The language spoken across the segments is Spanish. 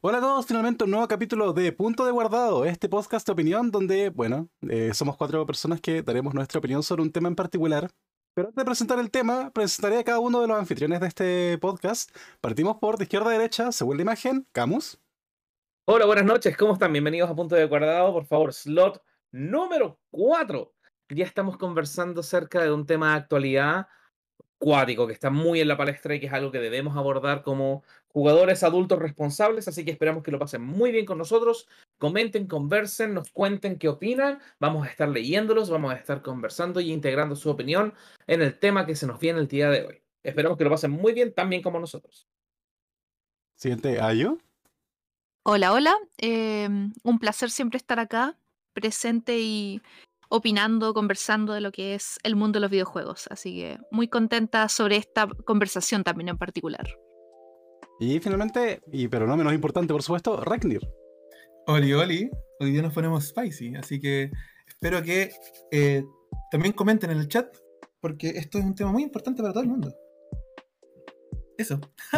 Hola a todos, finalmente un nuevo capítulo de Punto de Guardado, este podcast de opinión donde, bueno, somos 4 personas que daremos nuestra opinión sobre un tema en particular. Pero antes de presentar el tema, presentaré a cada uno de los anfitriones de este podcast. Partimos por de izquierda a derecha, según la imagen, Camus. Hola, buenas noches, ¿cómo están? Bienvenidos a Punto de Guardado, por favor, slot número 4. Ya estamos conversando acerca de un tema de actualidad cuático que está muy en la palestra y que es algo que debemos abordar como jugadores adultos responsables, así que esperamos que lo pasen muy bien con nosotros. Comenten, conversen, nos cuenten qué opinan. Vamos a estar leyéndolos, vamos a estar conversando y integrando su opinión en el tema que se nos viene el día de hoy. Esperamos que lo pasen muy bien, tan bien como nosotros. Siguiente, Ayo. Hola, hola. Un placer siempre estar acá, presente y opinando, conversando de lo que es el mundo de los videojuegos. Así que muy contenta sobre esta conversación también en particular. Y finalmente, pero no menos importante por supuesto, Ragnir. Oli, oli, hoy día nos ponemos spicy, así que espero que también comenten en el chat, porque esto es un tema muy importante para todo el mundo. Eso.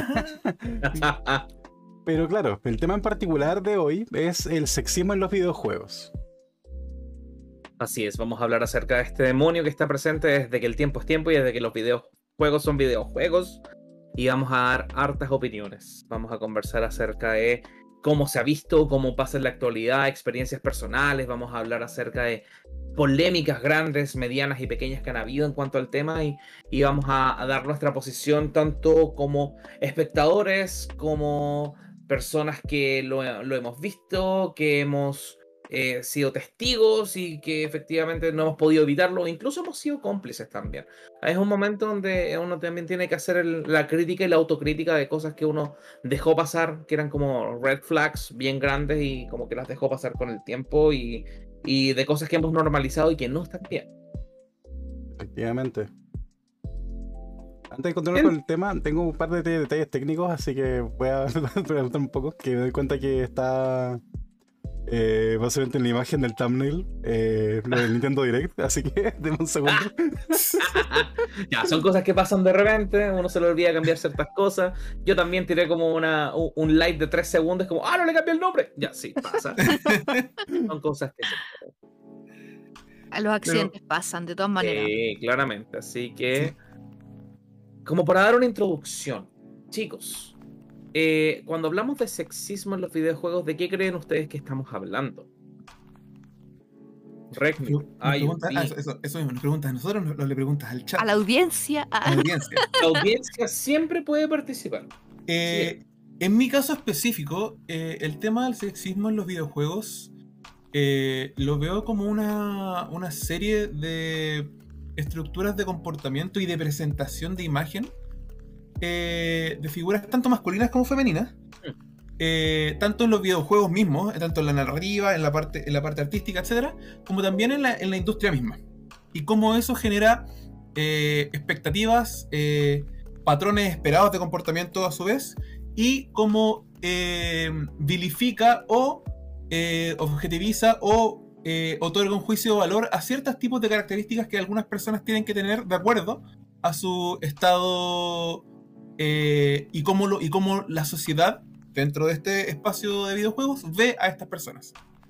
Pero claro, el tema en particular de hoy es el sexismo en los videojuegos. Así es, vamos a hablar acerca de este demonio que está presente desde que el tiempo es tiempo y desde que los videojuegos son videojuegos. Y vamos a dar hartas opiniones. Vamos a conversar acerca de cómo se ha visto, cómo pasa en la actualidad, experiencias personales. Vamos a hablar acerca de polémicas grandes, medianas y pequeñas que han habido en cuanto al tema. Y vamos a dar nuestra posición tanto como espectadores, como personas que lo hemos visto, que hemos sido testigos y que efectivamente no hemos podido evitarlo, incluso hemos sido cómplices también. Es un momento donde uno también tiene que hacer la crítica y la autocrítica de cosas que uno dejó pasar, que eran como red flags bien grandes y como que las dejó pasar con el tiempo y de cosas que hemos normalizado y que no están bien. Efectivamente. Antes de continuar con el tema, tengo un par de detalles técnicos, así que voy a preguntar un poco, que me doy cuenta que está básicamente en la imagen del thumbnail, lo del Nintendo Direct, así que denme un segundo. Ya, son cosas que pasan de repente, uno se le olvida cambiar ciertas cosas. Yo también tiré como un live de 3 segundos, como, ¡ah, no le cambié el nombre! Ya, sí, pasa. Son cosas que Los accidentes pasan, de todas maneras. sí, claramente. Así que, Sí. como para dar una introducción, chicos, cuando hablamos de sexismo en los videojuegos, ¿de qué creen ustedes que estamos hablando? Regni, Eso mismo, nos preguntas a nosotros, no le preguntas al chat. A la audiencia. A la audiencia. La audiencia siempre puede participar. En mi caso específico, el tema del sexismo en los videojuegos lo veo como una serie de estructuras de comportamiento y de presentación de imagen de figuras tanto masculinas como femeninas, tanto en los videojuegos mismos, tanto en la narrativa, en la parte artística, etcétera, como también en la industria misma. Y cómo eso genera expectativas, patrones esperados de comportamiento a su vez, y cómo vilifica o objetiviza o otorga un juicio de valor a ciertos tipos de características que algunas personas tienen que tener de acuerdo a su estado y cómo la sociedad dentro de este espacio de videojuegos ve a estas personas.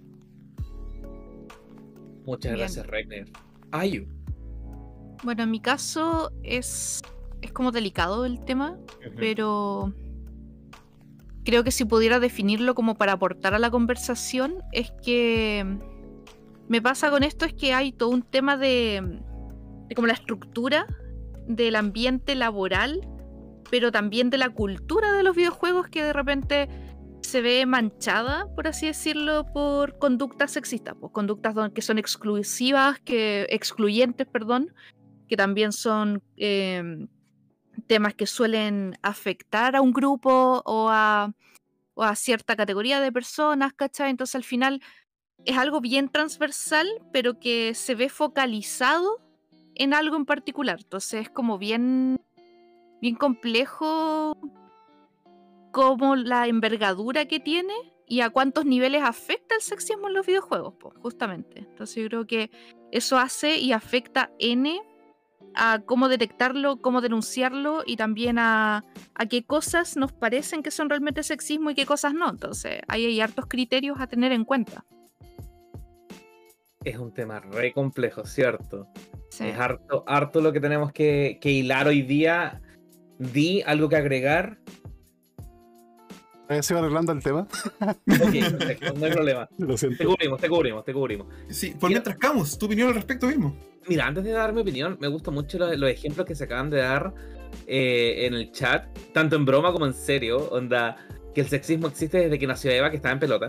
Muchas Bien. gracias, Regner. Ayu. Bueno, en mi caso es como delicado el tema, pero creo que si pudiera definirlo como para aportar a la conversación, es que me pasa con esto es que hay todo un tema de como la estructura del ambiente laboral, pero también de la cultura de los videojuegos que de repente se ve manchada, por así decirlo, por conductas sexistas, pues conductas que son exclusivas, excluyentes, perdón, que también son temas que suelen afectar a un grupo o a cierta categoría de personas, ¿cachai? Entonces al final es algo bien transversal, pero que se ve focalizado en algo en particular. Entonces es como bien complejo como la envergadura que tiene y a cuántos niveles afecta el sexismo en los videojuegos, pues, justamente. Entonces yo creo que eso hace y afecta N a cómo detectarlo, cómo denunciarlo y también a qué cosas nos parecen que son realmente sexismo y qué cosas no. Entonces, ahí hay hartos criterios a tener en cuenta. Es un tema re complejo, ¿cierto? Sí. Es harto lo que tenemos que hilar hoy día. Di algo que agregar. Se va arreglando el tema. Ok, perfecto, no hay problema. Lo siento. Te cubrimos. Sí, por mientras, Camus, tu opinión al respecto mismo. Mira, antes de dar mi opinión, me gustan mucho los ejemplos que se acaban de dar en el chat, tanto en broma como en serio, onda, que el sexismo existe desde que nació Eva, que estaba en pelota.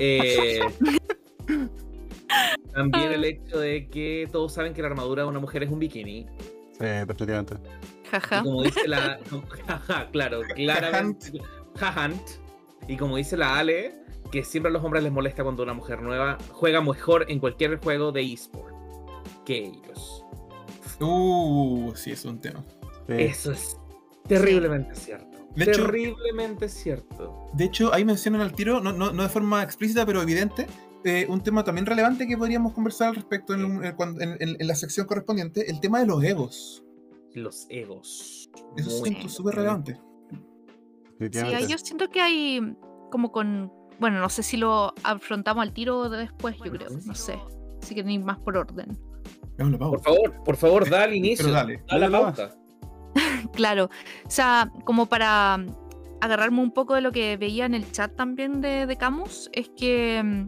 También el hecho de que todos saben que la armadura de una mujer es un bikini. Sí, definitivamente. Jaja. Y como dice la... Jaja, claro, claramente. Jajant. Y como dice la Ale, que siempre a los hombres les molesta cuando una mujer nueva juega mejor en cualquier juego de eSport que ellos. Sí, es un tema. Sí. Eso es terriblemente cierto. De hecho- Terriblemente cierto. De hecho, ahí mencionan al tiro, no de forma explícita, pero evidente, un tema también relevante que podríamos conversar al respecto en la sección correspondiente, el tema de los egos. Los egos. Eso Muy siento súper relevante. Sí, Definitivamente. yo siento que hay como con... Bueno, no sé si lo afrontamos al tiro o después, yo creo. No sé. Así que ni más por orden. Veamos la pausa. Por favor, da al inicio. Pero dale. Da la Dale pauta. Claro. O sea, como para agarrarme un poco de lo que veía en el chat también de Camus, es que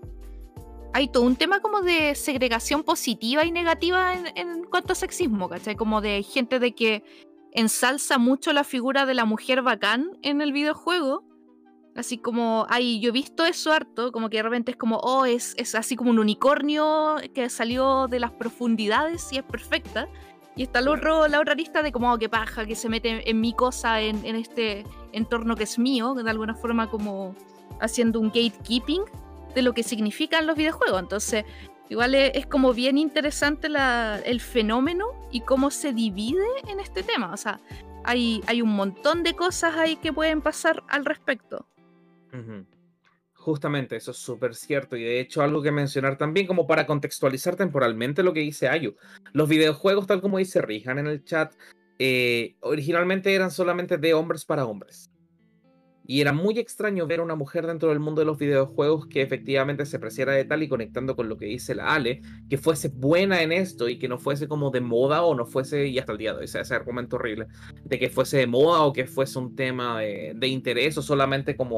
hay todo un tema como de segregación positiva y negativa en cuanto a sexismo, ¿cachai? Como de gente de que ensalza mucho la figura de la mujer bacán en el videojuego. Así como, yo he visto eso harto, como que de repente es como, es así como un unicornio que salió de las profundidades y es perfecta. Y está la otra arista de como, que paja, que se mete en mi cosa, en este entorno que es mío, de alguna forma como haciendo un gatekeeping de lo que significan los videojuegos. Entonces, igual es como bien interesante el fenómeno y cómo se divide en este tema. O sea, hay un montón de cosas ahí que pueden pasar al respecto. Ujú. Justamente, eso es súper cierto. Y de hecho, algo que mencionar también, como para contextualizar temporalmente lo que dice Ayu. Los videojuegos, tal como dice Rihan en el chat, originalmente eran solamente de hombres para hombres. Y era muy extraño ver a una mujer dentro del mundo de los videojuegos que efectivamente se apreciara de tal, y conectando con lo que dice la Ale, que fuese buena en esto y que no fuese como de moda o no fuese, y hasta el día de hoy, ese argumento horrible, de que fuese de moda o que fuese un tema de interés o solamente como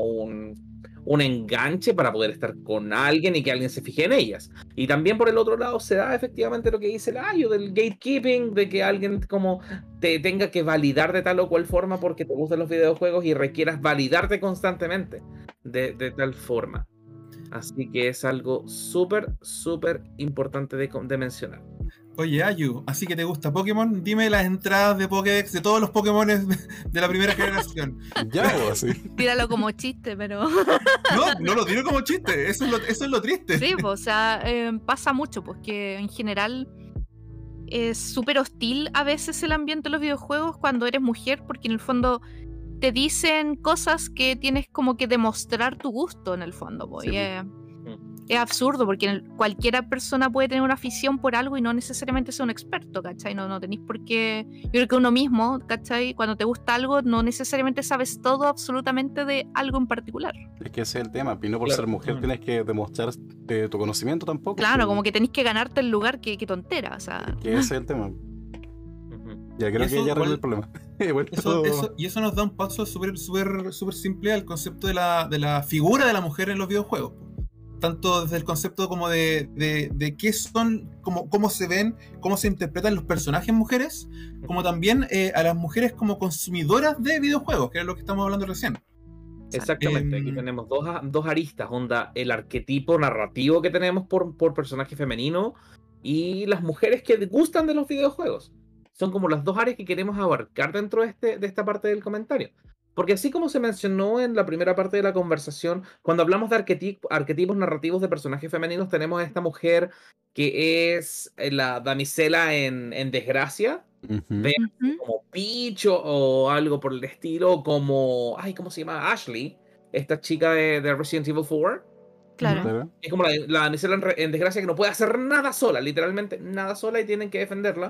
un enganche para poder estar con alguien y que alguien se fije en ellas. Y también por el otro lado se da efectivamente lo que dice el Ayo del gatekeeping, de que alguien como te tenga que validar de tal o cual forma porque te gustan los videojuegos y requieras validarte constantemente de tal forma. Así que es algo súper importante de mencionar. Oye, Ayu, así que te gusta Pokémon, dime las entradas de Pokédex de todos los Pokémon de la primera generación. Ya, o así. Tíralo como chiste, pero... No lo tiro como chiste, eso es lo triste. Sí, pues, o sea, pasa mucho, porque en general es súper hostil a veces el ambiente de los videojuegos cuando eres mujer, porque en el fondo te dicen cosas que tienes como que demostrar tu gusto en el fondo, pues, Sí, y es absurdo, porque cualquiera persona puede tener una afición por algo y no necesariamente ser un experto, ¿cachai? No tenéis por qué... Yo creo que uno mismo, ¿cachai? Cuando te gusta algo, no necesariamente sabes todo absolutamente de algo en particular. Es que ese es el tema. Y no por Claro. ser mujer tienes que demostrar tu conocimiento tampoco. Claro, como que tenéis que ganarte el lugar, que tontera, o sea... Que ese es el tema. Ujú. Ya creo Y eso que ya arreglé igual- el problema. He vuelto- Eso nos da un paso súper simple al concepto de la figura de la mujer en los videojuegos. Tanto desde el concepto como de qué son, cómo se ven, cómo se interpretan los personajes mujeres, como también a las mujeres como consumidoras de videojuegos, que es lo que estamos hablando recién. Exactamente, aquí tenemos dos aristas, onda, el arquetipo narrativo que tenemos por personaje femenino y las mujeres que gustan de los videojuegos. Son como las dos áreas que queremos abarcar dentro de esta parte del comentario. Porque así como se mencionó en la primera parte de la conversación, cuando hablamos de arquetipos narrativos de personajes femeninos, tenemos a esta mujer que es la damisela en desgracia, Ujú. Ve- Ujú. como Peach o algo por el estilo, como, ¿cómo se llama? Ashley, esta chica de Resident Evil 4. Claro. Claro. Es como la damisela en desgracia que no puede hacer nada sola, literalmente nada sola, y tienen que defenderla.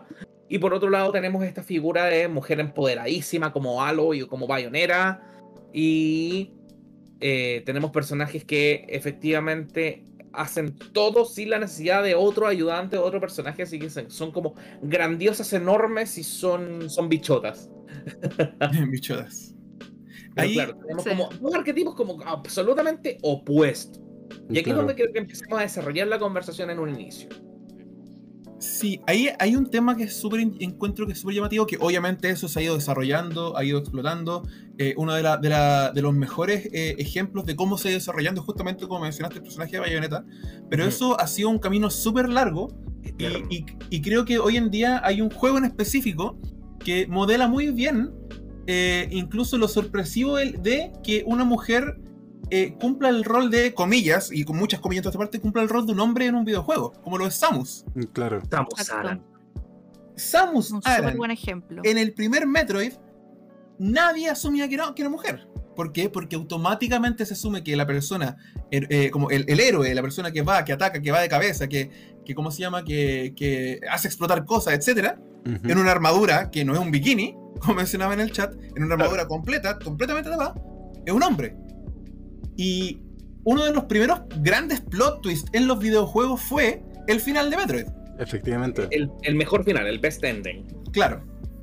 Y por otro lado tenemos esta figura de mujer empoderadísima como Aloy o como Bayonetta. Y tenemos personajes que efectivamente hacen todo sin la necesidad de otro ayudante o otro personaje. Así que son como grandiosas, enormes y son bichotas. Bichotas. Pero Ahí, claro, tenemos sí. como dos arquetipos como absolutamente opuestos. Y aquí Claro. es donde creo que empezamos a desarrollar la conversación en un inicio. sí, ahí hay un tema que es encuentro que es súper llamativo, que obviamente eso se ha ido desarrollando, ha ido explotando. Uno de los mejores ejemplos de cómo se ha ido desarrollando, justamente como mencionaste, el personaje de Bayonetta. Pero Ujú. eso ha sido un camino súper largo. Eterno. Y creo que hoy en día hay un juego en específico que modela muy bien incluso lo sorpresivo de que una mujer cumpla el rol de, comillas, y con muchas comillas en esta parte, cumpla el rol de un hombre en un videojuego, como lo es Samus. Claro. Samus Exacto. Aran. Samus Un súper Aran, buen ejemplo. en el primer Metroid, nadie asumía que era mujer. ¿Por qué? Porque automáticamente se asume que la persona, como el héroe, la persona que va, que ataca, que va de cabeza, que ¿cómo se llama? Que hace explotar cosas, etcétera, Ujú. en una armadura que no es un bikini, como mencionaba en el chat, en una armadura completamente tapada, es un hombre. Y uno de los primeros grandes plot twists en los videojuegos fue el final de Metroid. Efectivamente. El mejor final, el best ending. Claro.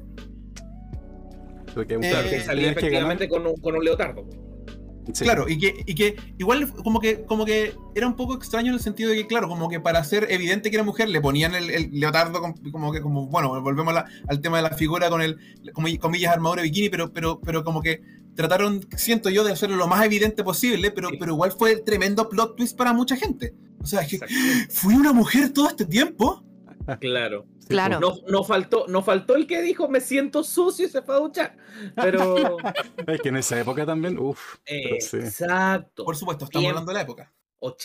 Porque Claro, que Eh, salía tenías que ganar. efectivamente con un leotardo. Sí. Claro, y que igual como que era un poco extraño en el sentido de que, claro, como que para hacer evidente que era mujer, le ponían el leotardo como bueno, volvemos al tema de la figura con el, comillas, armadura bikini, pero como que trataron, siento yo, de hacerlo lo más evidente posible, pero Sí. igual fue tremendo plot twist para mucha gente. O sea, es que Exacto. fui una mujer todo este tiempo. Claro. Sí, Claro. No faltó el que dijo me siento sucio y se fue a duchar. Pero. Es que en esa época también, uff. Pero sí. Exacto. Por supuesto, estamos Bien. hablando de la época.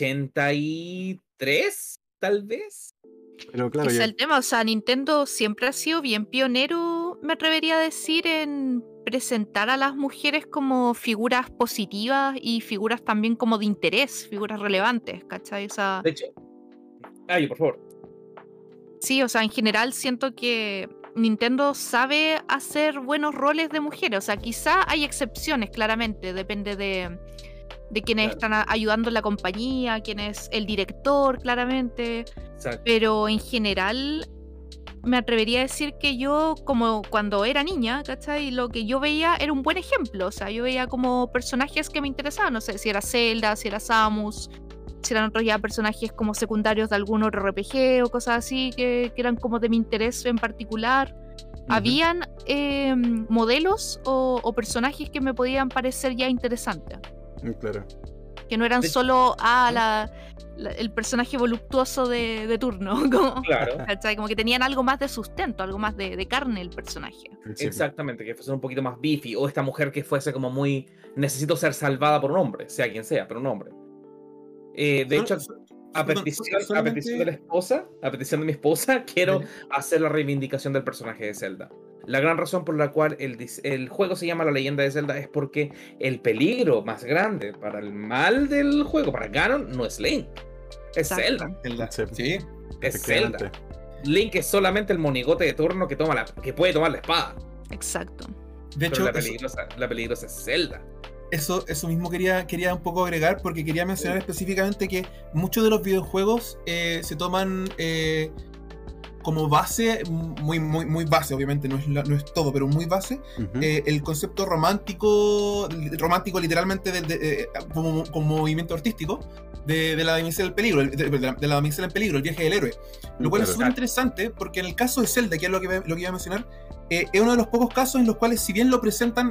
83, tal vez. Pero claro, Ese es ya, el tema, o sea, Nintendo siempre ha sido bien pionero, me atrevería a decir, en presentar a las mujeres como figuras positivas y figuras también como de interés, figuras relevantes, ¿cachai? O sea, De hecho. Ay, por favor. sí, o sea, en general siento que Nintendo sabe hacer buenos roles de mujeres, o sea, quizá hay excepciones, claramente, depende de quienes Claro. están ayudando en la compañía, quién es el director, claramente. Exacto. Pero en general me atrevería a decir que yo, como cuando era niña, ¿cachai? Lo que yo veía era un buen ejemplo. O sea, yo veía como personajes que me interesaban. No sé si era Zelda, si era Samus, si eran otros ya personajes como secundarios de algún otro RPG o cosas así que eran como de mi interés en particular. Habían modelos o personajes que me podían parecer ya interesantes. claro. Que no eran De hecho, solo el personaje voluptuoso de turno. Como, Claro. ¿cachai? Como que tenían algo más de sustento, algo más de carne el personaje. Sí. Exactamente, que fuese un poquito más beefy. O esta mujer que fuese como muy. Necesito ser salvada por un hombre, sea quien sea, pero un hombre. De hecho, a petición de la esposa, a petición de mi esposa, quiero hacer la reivindicación del personaje de Zelda. La gran razón por la cual el juego se llama La Leyenda de Zelda es porque el peligro más grande para el mal del juego, para Ganon, no es Link, es Exacto. Zelda. Sí. Es Zelda. Link es solamente el monigote de turno que puede tomar la espada. Exacto. De hecho, Pero la peligrosa es Zelda. Eso mismo quería un poco agregar, porque quería mencionar específicamente que muchos de los videojuegos se toman como base, muy base, obviamente no es todo, pero muy base, Ujú. el concepto romántico literalmente como movimiento artístico de la damisela en peligro, de la damisela en peligro, el viaje del héroe. Lo cual es Claro. súper interesante, porque en el caso de Zelda, que es lo que iba a mencionar, es uno de los pocos casos en los cuales, si bien lo presentan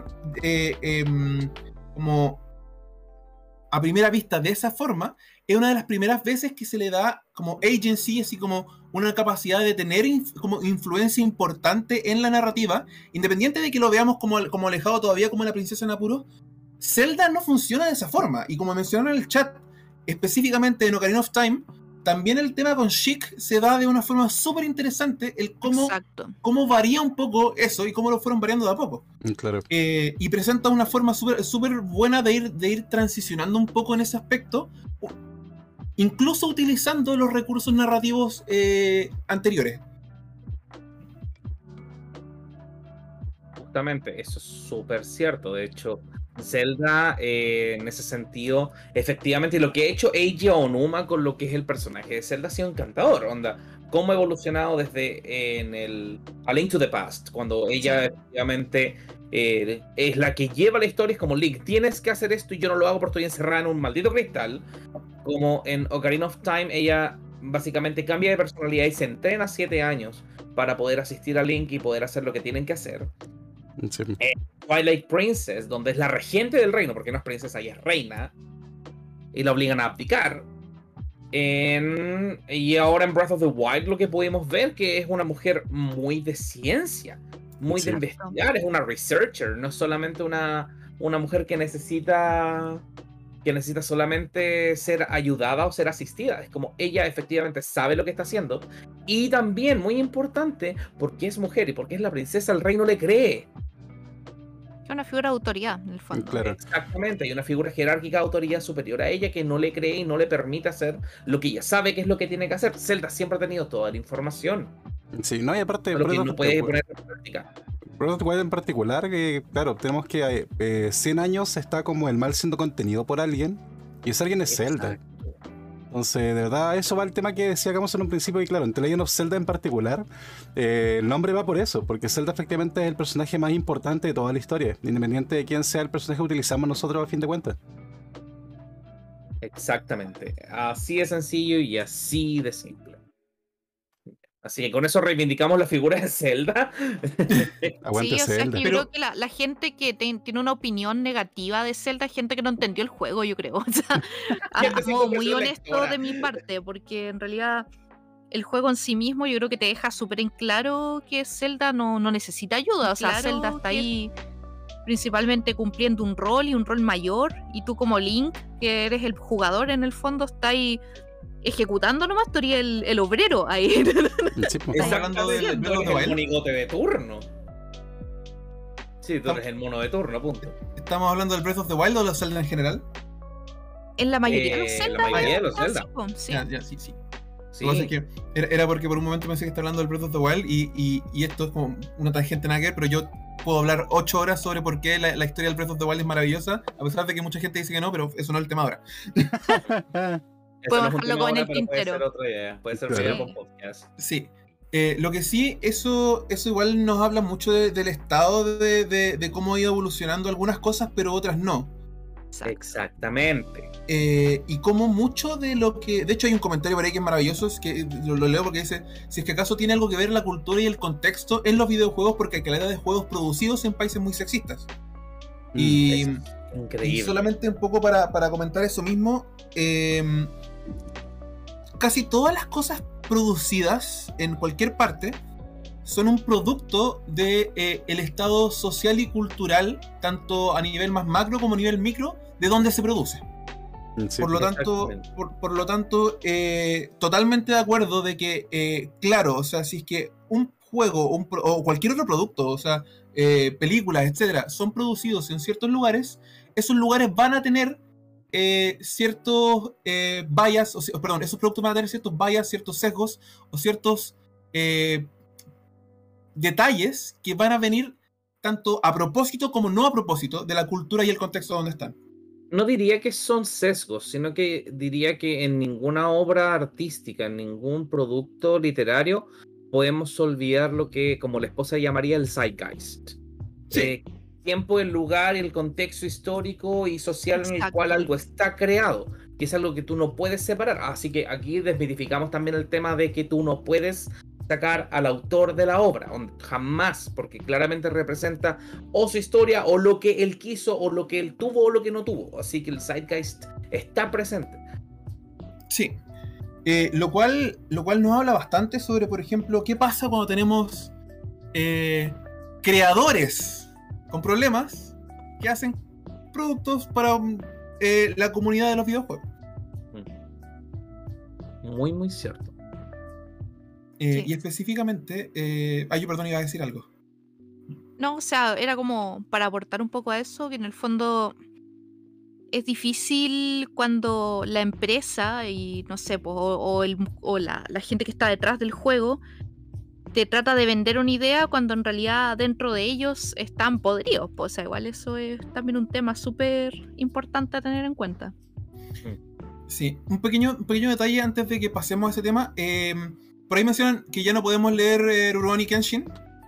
como a primera vista de esa forma, es una de las primeras veces que se le da como agency, así como una capacidad de tener como influencia importante en la narrativa, independiente de que lo veamos como alejado todavía como la princesa en apuros. Zelda no funciona de esa forma, y como mencionaron en el chat, específicamente en Ocarina of Time, también el tema con Sheik se da de una forma súper interesante, el Exacto. cómo varía un poco eso y cómo lo fueron variando de a poco. Claro. Y presenta una forma súper buena de ir transicionando un poco en ese aspecto, incluso utilizando los recursos narrativos anteriores. Exactamente, eso es súper cierto. De hecho, Zelda, en ese sentido, efectivamente, lo que ha hecho Eiji Aonuma con lo que es el personaje de Zelda ha sido encantador. Onda, cómo ha evolucionado desde en el A Link to the Past, cuando ella efectivamente es la que lleva la historia, es como Link, tienes que hacer esto y yo no lo hago porque estoy encerrada en un maldito cristal. Como en Ocarina of Time, ella básicamente cambia de personalidad y se entrena 7 años para poder asistir a Link y poder hacer lo que tienen que hacer. Sí. Twilight Princess, donde es la regente del reino, porque no es princesa, ella es reina, y la obligan a abdicar. Y ahora en Breath of the Wild lo que pudimos ver que es una mujer muy de ciencia, muy de investigar, es una researcher, no es solamente una mujer que necesita solamente ser ayudada o ser asistida. Es como ella efectivamente sabe lo que está haciendo. Y también, muy importante, porque es mujer y porque es la princesa, el reino le cree. Es una figura de autoridad, en el fondo. Claro. Exactamente, hay una figura jerárquica de autoridad superior a ella que no le cree y no le permite hacer lo que ella sabe que es lo que tiene que hacer. Zelda siempre ha tenido toda la información. Sí, no, y aparte Lo que no puede poner en práctica. Breath of the Wild en particular, que claro, tenemos que 100 años está como el mal siendo contenido por alguien, y ese alguien es Zelda. Exacto. Entonces, de verdad, eso va al tema que decíamos en un principio, y claro, en The Legend of Zelda en particular, el nombre va por eso, porque Zelda efectivamente es el personaje más importante de toda la historia, independiente de quién sea el personaje que utilizamos nosotros a fin de cuentas. Exactamente. Así de sencillo y así de simple. Así que con eso reivindicamos la figura de Zelda. Aguante Sí, o sea, es Zelda. que yo creo que la gente que tiene una opinión negativa de Zelda es gente que no entendió el juego, yo creo. O sea, Gente sin modo muy comprensión honesto lectora. de mi parte, porque en realidad el juego en sí mismo yo creo que te deja súper en claro que Zelda no necesita ayuda. O sea, Claro Zelda está que- ahí principalmente cumpliendo un rol y un rol mayor, y tú como Link, que eres el jugador en el fondo, está ahí ejecutando nomás, tú eres el obrero ahí. Sí, pues. Estamos hablando del Exactamente, Breath tú of eres the el Wild. monigote de turno. Sí, tú eres el mono de turno, punto. ¿Estamos hablando del Breath of the Wild o de los Zelda en general? En la mayoría de los La Zelda. mayoría de los ah, Zelda. sí, po, sí. Ya, sí. Sí. Lo que pasa es que era porque por un momento pensé que estaba hablando del Breath of the Wild y esto es como una tangente nada que ver, pero yo puedo hablar 8 horas sobre por qué la historia del Breath of the Wild es maravillosa, a pesar de que mucha gente dice que no, pero eso no es el tema ahora. Eso Podemos no es un dejarlo tema como en el ahora, pero puede tintero. ser otro día. Puede ser Claro. otro día con podcast. Sí. Lo que sí, eso igual nos habla mucho del estado de cómo ha ido evolucionando algunas cosas, pero otras no. Exacto. Exactamente. Y como mucho de lo que... De hecho hay un comentario por ahí que es maravilloso, es que lo leo porque dice, si es que acaso tiene algo que ver la cultura y el contexto en los videojuegos, porque hay calidad de juegos producidos en países muy sexistas. Y, Es y increíble. solamente un poco para comentar eso mismo, casi todas las cosas producidas en cualquier parte son un producto de el estado social y cultural, tanto a nivel más macro como a nivel micro, de donde se produce. Sí. Por lo tanto, Exactamente. por lo tanto, totalmente de acuerdo de que, claro, o sea, si es que un juego o cualquier otro producto, o sea, películas, etcétera, son producidos en ciertos lugares, esos lugares van a tener ciertos bias, perdón, esos productos van a tener ciertos bias, ciertos sesgos o ciertos detalles que van a venir tanto a propósito como no a propósito de la cultura y el contexto donde están. No diría que son sesgos, sino que diría que en ninguna obra artística, en ningún producto literario, podemos olvidar lo que, como la esposa llamaría, el zeitgeist. Sí. Tiempo, el lugar, el contexto histórico y social en el Exacto. cual algo está creado, que es algo que tú no puedes separar. Así que aquí desmitificamos también el tema de que tú no puedes sacar al autor de la obra, jamás, porque claramente representa o su historia, o lo que él quiso, o lo que él tuvo, o lo que no tuvo. Así que el zeitgeist está presente. Sí. Lo cual nos habla bastante sobre, por ejemplo, qué pasa cuando tenemos creadores con problemas que hacen productos para la comunidad de los videojuegos. Muy, muy cierto. Sí. Y específicamente, yo perdón, iba a decir algo. No, o sea, era como para aportar un poco a eso, que en el fondo es difícil cuando la empresa y no sé, pues, o la gente que está detrás del juego te trata de vender una idea cuando en realidad dentro de ellos están podridos. Pues, o sea, igual eso es también un tema súper importante a tener en cuenta. Sí, un pequeño detalle antes de que pasemos a ese tema. Por ahí mencionan que ya no podemos leer Rurouni Kenshin.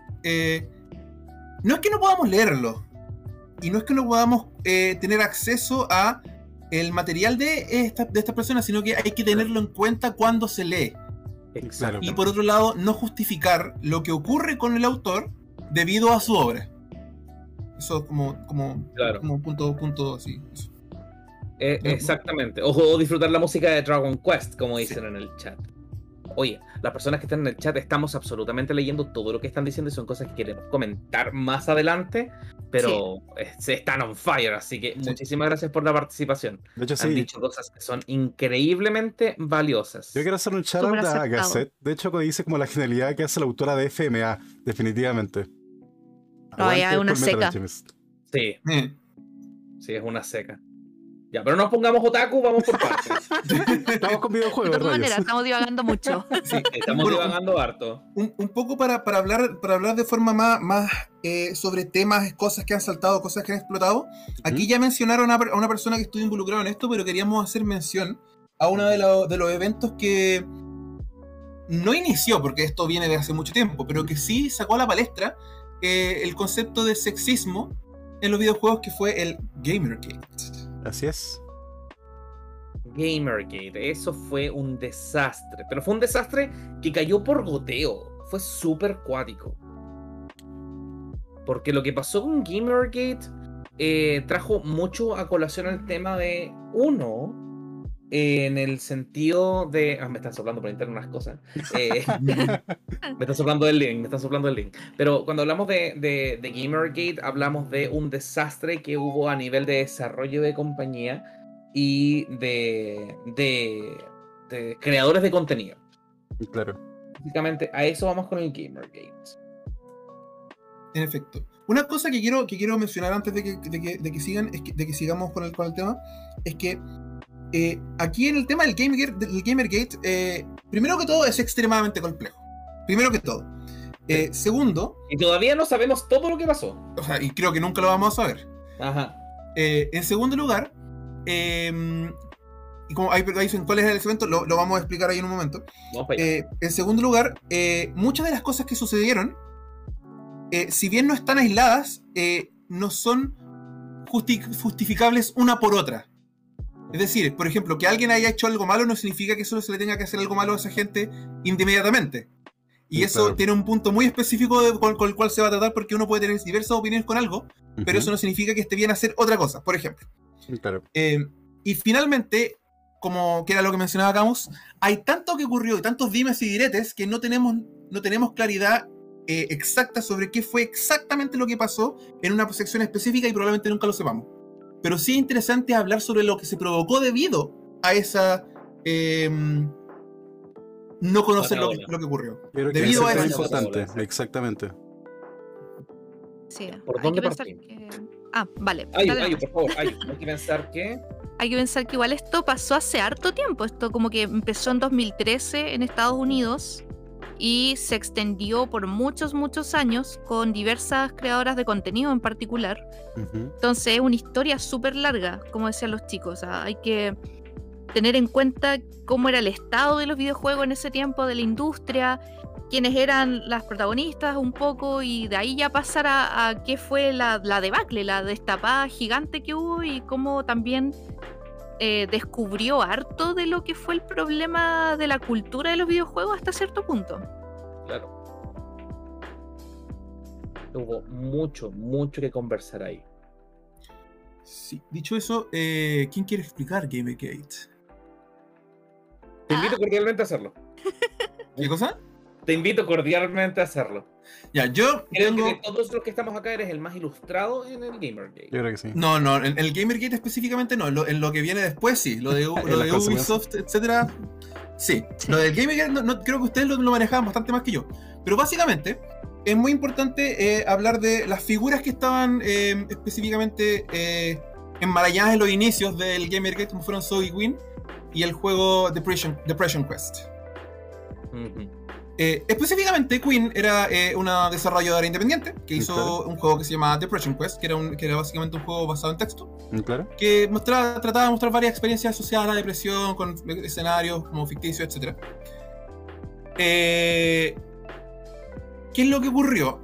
No es que no podamos leerlo, y no es que no podamos tener acceso a el material de estas personas, sino que hay que tenerlo en cuenta cuando se lee. Exacto. Y por otro lado, no justificar lo que ocurre con el autor debido a su obra. Eso Claro. como punto así. Eso. Exactamente. O disfrutar la música de Dragon Quest, como dicen en el chat. Oye, las personas que están en el chat estamos absolutamente leyendo todo lo que están diciendo y son cosas que queremos comentar más adelante, pero se están on fire, así que muchísimas gracias por la participación. De hecho, Han dicho cosas que son increíblemente valiosas. Yo quiero hacer un shout out a Gasset. De hecho, que dice como la genialidad que hace la autora de FMA, definitivamente. No, ya es una seca. Sí. Sí, es una seca. Ya, pero no nos pongamos otaku, vamos por partes. Estamos con videojuegos. De todas maneras, estamos divagando mucho. Sí. Estamos divagando harto. Un poco para hablar de forma más sobre temas, cosas que han saltado, cosas que han explotado. Aquí ya mencionaron a una persona que estuvo involucrada en esto, pero queríamos hacer mención a uno de los eventos que no inició, porque esto viene de hace mucho tiempo, pero que sí sacó a la palestra el concepto de sexismo en los videojuegos, que fue el Gamergate. Así es. Gamergate, eso fue un desastre, pero fue un desastre que cayó por goteo, fue súper cuático. Porque lo que pasó con Gamergate trajo mucho a colación el tema de en el sentido de... me están soplando por internet unas cosas. Me están soplando el link. Pero cuando hablamos de Gamergate, hablamos de un desastre que hubo a nivel de desarrollo de compañía y de creadores de contenido. Claro. Básicamente, a eso vamos con el Gamergate. En efecto. Una cosa que quiero mencionar antes de que sigan, de que sigamos con el tema, es que aquí en el tema del Gamergate, primero que todo es extremadamente complejo. Primero que todo. Segundo... Y todavía no sabemos todo lo que pasó. O sea, y creo que nunca lo vamos a saber. Ajá. En segundo lugar, y como ahí dicen cuál es el evento, lo vamos a explicar ahí en un momento. En segundo lugar, muchas de las cosas que sucedieron, si bien no están aisladas, no son justificables una por otra. Es decir, por ejemplo, que alguien haya hecho algo malo no significa que solo se le tenga que hacer algo malo a esa gente inmediatamente. Y eso tiene un punto muy específico con el cual se va a tratar, porque uno puede tener diversas opiniones con algo, pero eso no significa que esté bien hacer otra cosa, por ejemplo. Y finalmente, como que era lo que mencionaba Camus, hay tanto que ocurrió y tantos dimes y diretes que no tenemos claridad exacta sobre qué fue exactamente lo que pasó en una sección específica, y probablemente nunca lo sepamos. Pero sí es interesante hablar sobre lo que se provocó debido a esa no conocer lo que ocurrió. Debido a eso es importante, exactamente. Sí. ¿Por dónde partimos? Vale. Por favor, hay que pensar que... Hay que pensar que igual esto pasó hace harto tiempo. Esto como que empezó en 2013 en Estados Unidos y se extendió por muchos años con diversas creadoras de contenido en particular. Entonces es una historia súper larga, como decían los chicos. O sea, hay que tener en cuenta cómo era el estado de los videojuegos en ese tiempo, de la industria, quiénes eran las protagonistas un poco, y de ahí ya pasar a qué fue la debacle, la destapada gigante que hubo, y cómo también descubrió harto de lo que fue el problema de la cultura de los videojuegos hasta cierto punto. Claro. Hubo mucho que conversar ahí. Sí. Dicho eso, ¿quién quiere explicar Gamergate? Te invito cordialmente a hacerlo. ¿Qué cosa? Te invito cordialmente a hacerlo. Ya, yo creo que de todos los que estamos acá eres el más ilustrado en el Gamergate. Yo creo que sí. No, en el Gamergate específicamente no. En lo que viene después sí. Lo de Ubisoft, etcétera. Sí. Lo del Gamergate no, creo que ustedes lo manejaban bastante más que yo. Pero básicamente es muy importante hablar de las figuras que estaban específicamente enmarañadas en los inicios del Gamergate, como fueron Zoe Quinn y el juego Depression Quest. Específicamente, Queen era una desarrolladora independiente que hizo Claro. un juego que se llama Depression Quest, que era básicamente un juego basado en texto, Claro. que trataba de mostrar varias experiencias asociadas a la depresión, con escenarios como ficticios, etc. ¿Qué es lo que ocurrió?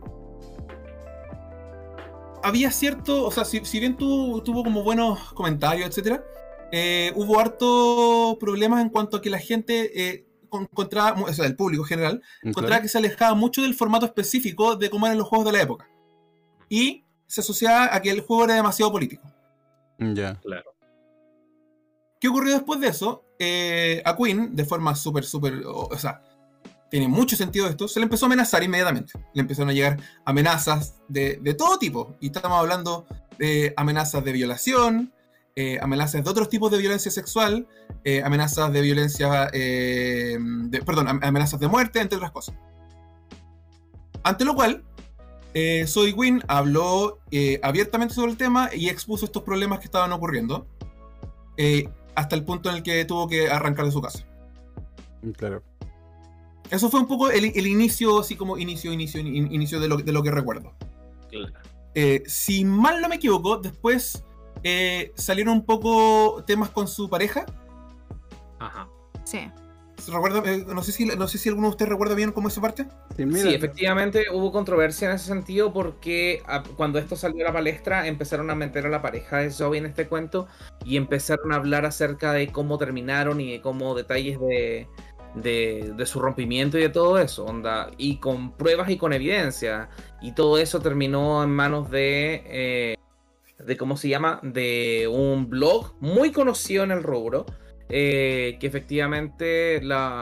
Había cierto, o sea, si bien tuvo como buenos comentarios, etc., hubo harto problemas en cuanto a que la gente encontraba, o sea, el público en general, encontraba que se alejaba mucho del formato específico de cómo eran los juegos de la época. Y se asociaba a que el juego era demasiado político. Ya. Claro. ¿Qué ocurrió después de eso? A Queen, de forma súper, o sea, tiene mucho sentido esto, se le empezó a amenazar inmediatamente. Le empezaron a llegar amenazas de todo tipo. Y estamos hablando de amenazas de violación, amenazas de otros tipos de violencia sexual, amenazas de violencia, amenazas de muerte, entre otras cosas. Ante lo cual, Zoe Quinn habló abiertamente sobre el tema y expuso estos problemas que estaban ocurriendo, hasta el punto en el que tuvo que arrancar de su casa. Claro. Eso fue un poco el inicio, así como inicio de lo que recuerdo. Claro. Si mal no me equivoco, después salieron un poco temas con su pareja. Ajá. Sí. ¿Recuerda? No sé si alguno de ustedes recuerda bien cómo esa parte. Sí, mira, Sí, efectivamente hubo controversia en ese sentido porque cuando esto salió a la palestra empezaron a meter a la pareja de Zoe en este cuento y empezaron a hablar acerca de cómo terminaron y de cómo detalles de su rompimiento y de todo eso, onda, y con pruebas y con evidencia, y todo eso terminó en manos de ¿cómo se llama? De un blog muy conocido en el rubro, que efectivamente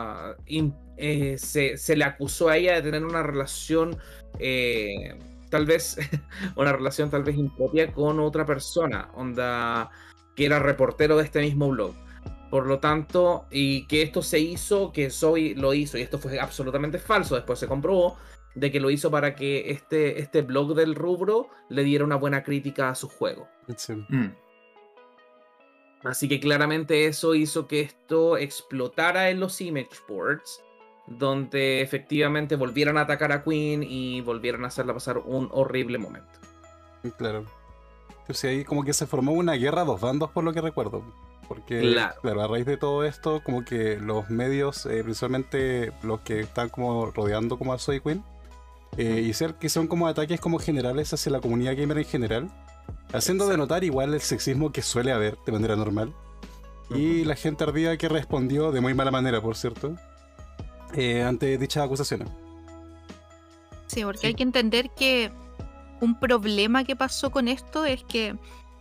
se le acusó a ella de tener una relación tal vez impropia con otra persona, onda, que era reportero de este mismo blog. Por lo tanto, y que esto se hizo, que Zoe lo hizo, y esto fue absolutamente falso, después se comprobó, de que lo hizo para que este blog del rubro le diera una buena crítica a su juego. sí. Así que claramente eso hizo que esto explotara en los image boards, donde efectivamente volvieran a atacar a Queen y volvieran a hacerla pasar un horrible momento. Claro. O sea, ahí como que se formó una guerra a dos bandos, por lo que recuerdo. Porque, claro, a raíz de todo esto, como que los medios, principalmente los que están como rodeando como a Zoe Quinn, hicieron que son como ataques como generales hacia la comunidad gamer en general, haciendo denotar igual el sexismo que suele haber de manera normal. Y la gente ardida que respondió de muy mala manera, por cierto, ante dichas acusaciones. Sí, porque hay que entender que un problema que pasó con esto es que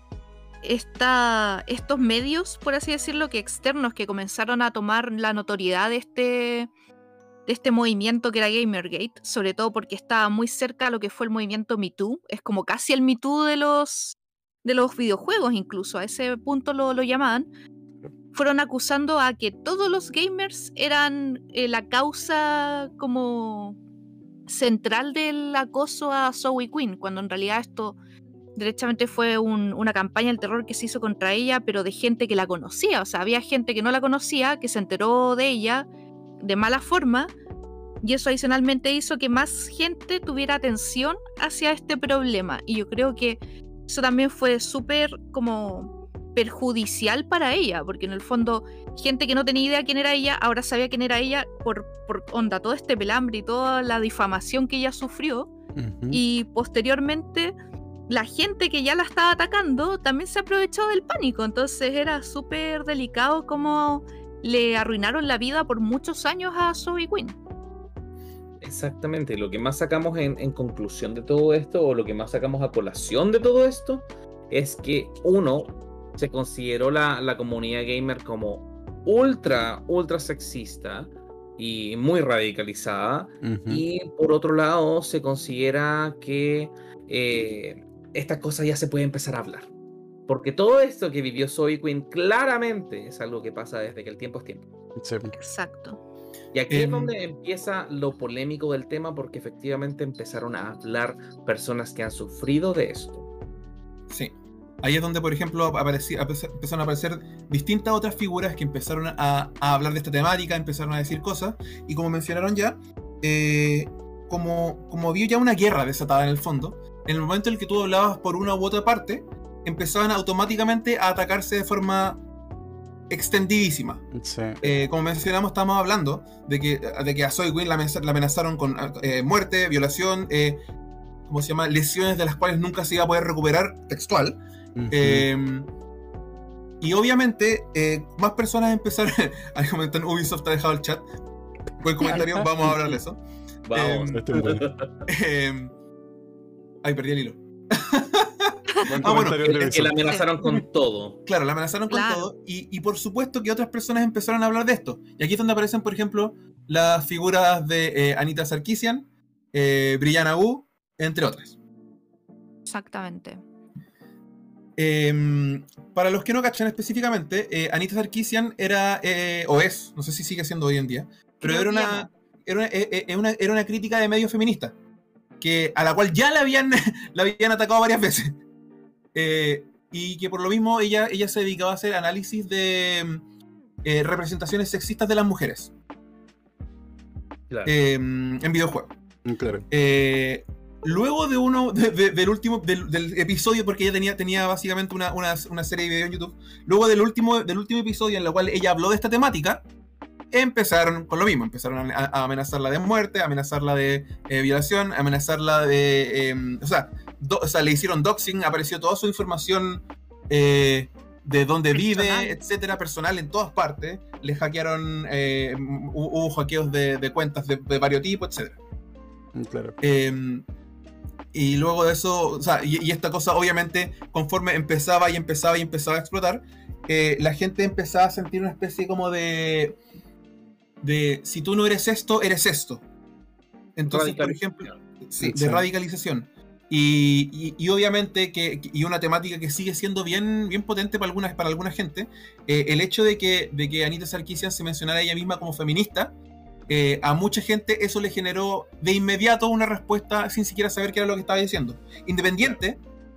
estos medios, por así decirlo, que externos, que comenzaron a tomar la notoriedad de este movimiento que era Gamergate, sobre todo porque estaba muy cerca a lo que fue el movimiento Me Too, es como casi el Me Too de los videojuegos, incluso a ese punto lo llamaban, fueron acusando a que todos los gamers eran la causa como central del acoso a Zoe Quinn, cuando en realidad esto derechamente fue una campaña del terror que se hizo contra ella, pero de gente que la conocía. O sea, había gente que no la conocía, que se enteró de ella de mala forma, y eso adicionalmente hizo que más gente tuviera atención hacia este problema. Y yo creo que eso también fue súper como perjudicial para ella, porque en el fondo gente que no tenía idea quién era ella, ahora sabía quién era ella por onda, todo este pelambre y toda la difamación que ella sufrió. Y posteriormente la gente que ya la estaba atacando también se aprovechó del pánico, entonces era súper delicado cómo le arruinaron la vida por muchos años a Zoe Quinn. Exactamente, lo que más sacamos en conclusión de todo esto, o lo que más sacamos a colación de todo esto, es que uno, se consideró la comunidad gamer como ultra sexista y muy radicalizada, y por otro lado se considera que estas cosas ya se puede empezar a hablar, porque todo esto que vivió Zoe Quinn claramente es algo que pasa desde que el tiempo es tiempo. Sí. Exacto. Y aquí es donde empieza lo polémico del tema, porque efectivamente empezaron a hablar personas que han sufrido de esto. Sí. Ahí es donde, por ejemplo, empezaron a aparecer distintas otras figuras que empezaron a hablar de esta temática, empezaron a decir cosas, y como mencionaron ya, como había ya una guerra desatada en el fondo, en el momento en el que tú hablabas por una u otra parte, empezaban automáticamente a atacarse de forma extendidísima. Sí. Como mencionamos, estábamos hablando de que a Zoe Quinn la amenazaron con muerte, violación, ¿cómo se llama? Lesiones de las cuales nunca se iba a poder recuperar, textual. Y obviamente más personas empezaron a comentar. Ubisoft ha dejado el chat. Buen comentario, vamos a hablar de eso. Vamos. Ay, perdí el hilo. Bueno, Que la amenazaron con todo. Claro, la amenazaron con todo. Y por supuesto que otras personas empezaron a hablar de esto. Y aquí es donde aparecen, por ejemplo, las figuras de Anita Sarkeesian, Brianna Wu, entre otras. Exactamente. Para los que no cachan específicamente, Anita Sarkeesian era, o es, no sé si sigue siendo hoy en día, pero era una crítica de medio feminista, a la cual ya la habían atacado varias veces. Y que por lo mismo ella se dedicaba a hacer análisis de representaciones sexistas de las mujeres. Claro. En videojuegos. Claro. Luego del último del episodio, porque ella tenía básicamente una serie de videos en YouTube. Luego del último episodio en el cual ella habló de esta temática, empezaron con lo mismo. Empezaron a amenazarla de muerte, a amenazarla de violación, a amenazarla de... o sea, le hicieron doxing, apareció toda su información de dónde vive, etcétera, personal en todas partes. Le hackearon, hubo hackeos de cuentas de varios tipos, etcétera. Claro. Y luego de eso, o sea, y esta cosa obviamente conforme empezaba a explotar, la gente empezaba a sentir una especie como de si tú no eres esto, eres esto. Entonces, por ejemplo, sí, de radicalización. Y obviamente y una temática que sigue siendo bien potente para alguna gente, el hecho de que Anita Sarkeesian se mencionara a ella misma como feminista, a mucha gente eso le generó de inmediato una respuesta sin siquiera saber qué era lo que estaba diciendo, independiente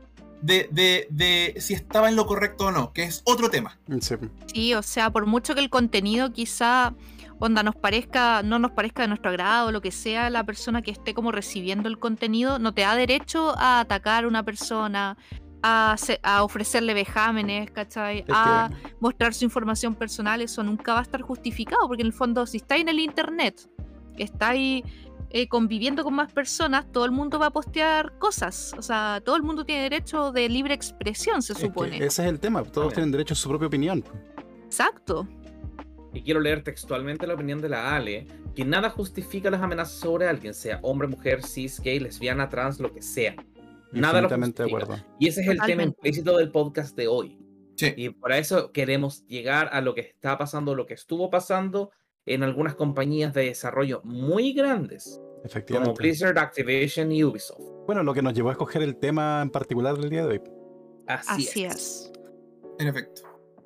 de si estaba en lo correcto o no, que es otro tema. Sí, o sea, por mucho que el contenido quizá no nos parezca de nuestro agrado o lo que sea, la persona que esté como recibiendo el contenido no te da derecho a atacar a una persona, a ofrecerle vejámenes, ¿cachai? A mostrar su información personal. Eso nunca va a estar justificado, porque en el fondo, si estáis en el internet, estáis conviviendo con más personas, todo el mundo va a postear cosas. O sea, todo el mundo tiene derecho de libre expresión, se supone. Ese es el tema, todos tienen derecho a su propia opinión. Exacto. Y quiero leer textualmente la opinión de la Ale, que nada justifica las amenazas sobre alguien, sea hombre, mujer, cis, gay, lesbiana, trans, lo que sea. Nada lo justifica. De acuerdo. Y ese es el tema implícito del podcast de hoy. Sí. Y para eso queremos llegar a lo que está pasando, lo que estuvo pasando en algunas compañías de desarrollo muy grandes, como Blizzard, Activision y Ubisoft. Bueno, lo que nos llevó a escoger el tema en particular del día de hoy. Así es. En efecto.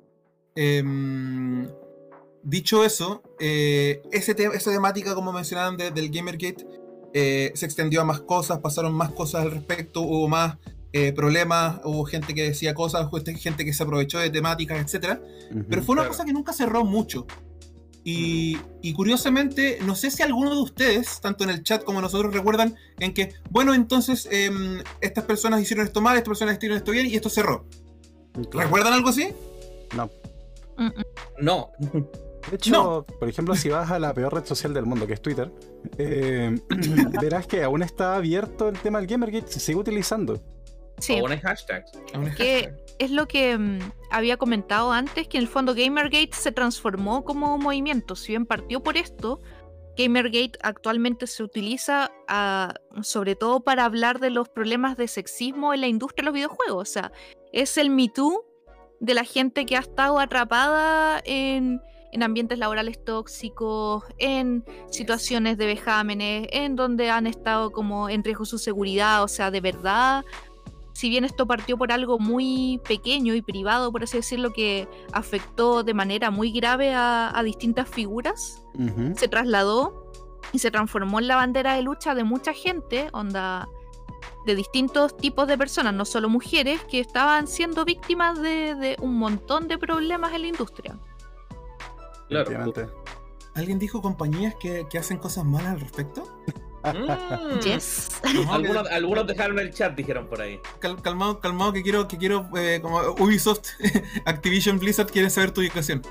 Dicho eso, esa temática, como mencionaban, del Gamergate, se extendió a más cosas, pasaron más cosas al respecto, hubo más problemas, hubo gente que decía cosas, hubo gente que se aprovechó de temáticas, etc. Pero fue una cosa que nunca cerró mucho. Y curiosamente, no sé si alguno de ustedes, tanto en el chat como nosotros, recuerdan en que, bueno, entonces estas personas hicieron esto mal, estas personas hicieron esto bien y esto cerró. ¿Recuerdan algo así? No. No. De hecho, por ejemplo, si vas a la peor red social del mundo, que es Twitter, verás que aún está abierto el tema del Gamergate, se sigue utilizando. Sí. Aún hay hashtags. Que es lo que había comentado antes, que en el fondo Gamergate se transformó como movimiento. Si bien partió por esto, Gamergate actualmente se utiliza sobre todo para hablar de los problemas de sexismo en la industria de los videojuegos. O sea, es el Me Too de la gente que ha estado atrapada en ambientes laborales tóxicos, en situaciones de vejámenes, en donde han estado como en riesgo su seguridad. O sea, de verdad, si bien esto partió por algo muy pequeño y privado, por así decirlo, que afectó de manera muy grave a distintas figuras, se trasladó y se transformó en la bandera de lucha de mucha gente, de distintos tipos de personas, no solo mujeres, que estaban siendo víctimas de un montón de problemas en la industria. Claro. ¿Alguien dijo compañías que hacen cosas malas al respecto? Yes. No, Algunos dejaron el chat, dijeron por ahí. calmado, que quiero como Ubisoft, Activision Blizzard quieren saber tu ubicación.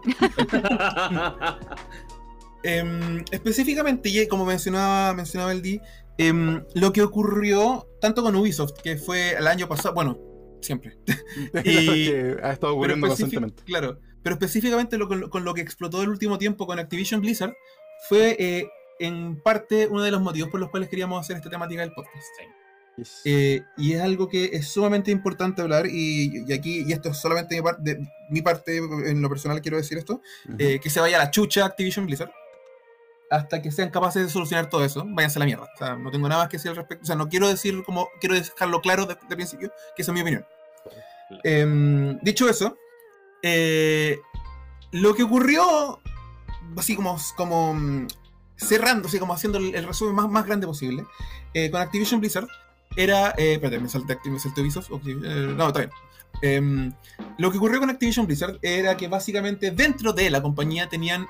Específicamente, y como mencionaba el D, lo que ocurrió tanto con Ubisoft, que fue el año pasado, bueno, siempre. Que ha estado ocurriendo Pero constantemente. claro, pero específicamente con lo que explotó el último tiempo con Activision Blizzard fue en parte uno de los motivos por los cuales queríamos hacer esta temática del podcast. Yes. Y es algo que es sumamente importante hablar, y aquí, y esto es solamente mi parte, en lo personal quiero decir esto, Ujú. que se vaya a la chucha Activision Blizzard, hasta que sean capaces de solucionar todo eso, váyanse a la mierda. O sea, no tengo nada más que decir al respecto, o sea, no quiero decir como, quiero dejarlo claro de principio, que esa es mi opinión. Dicho eso, lo que ocurrió, así como cerrando, así como haciendo el resumen más grande posible, con Activision Blizzard, era... espérate, me salté Ubisoft. No, está bien. Lo que ocurrió con Activision Blizzard era que básicamente dentro de la compañía tenían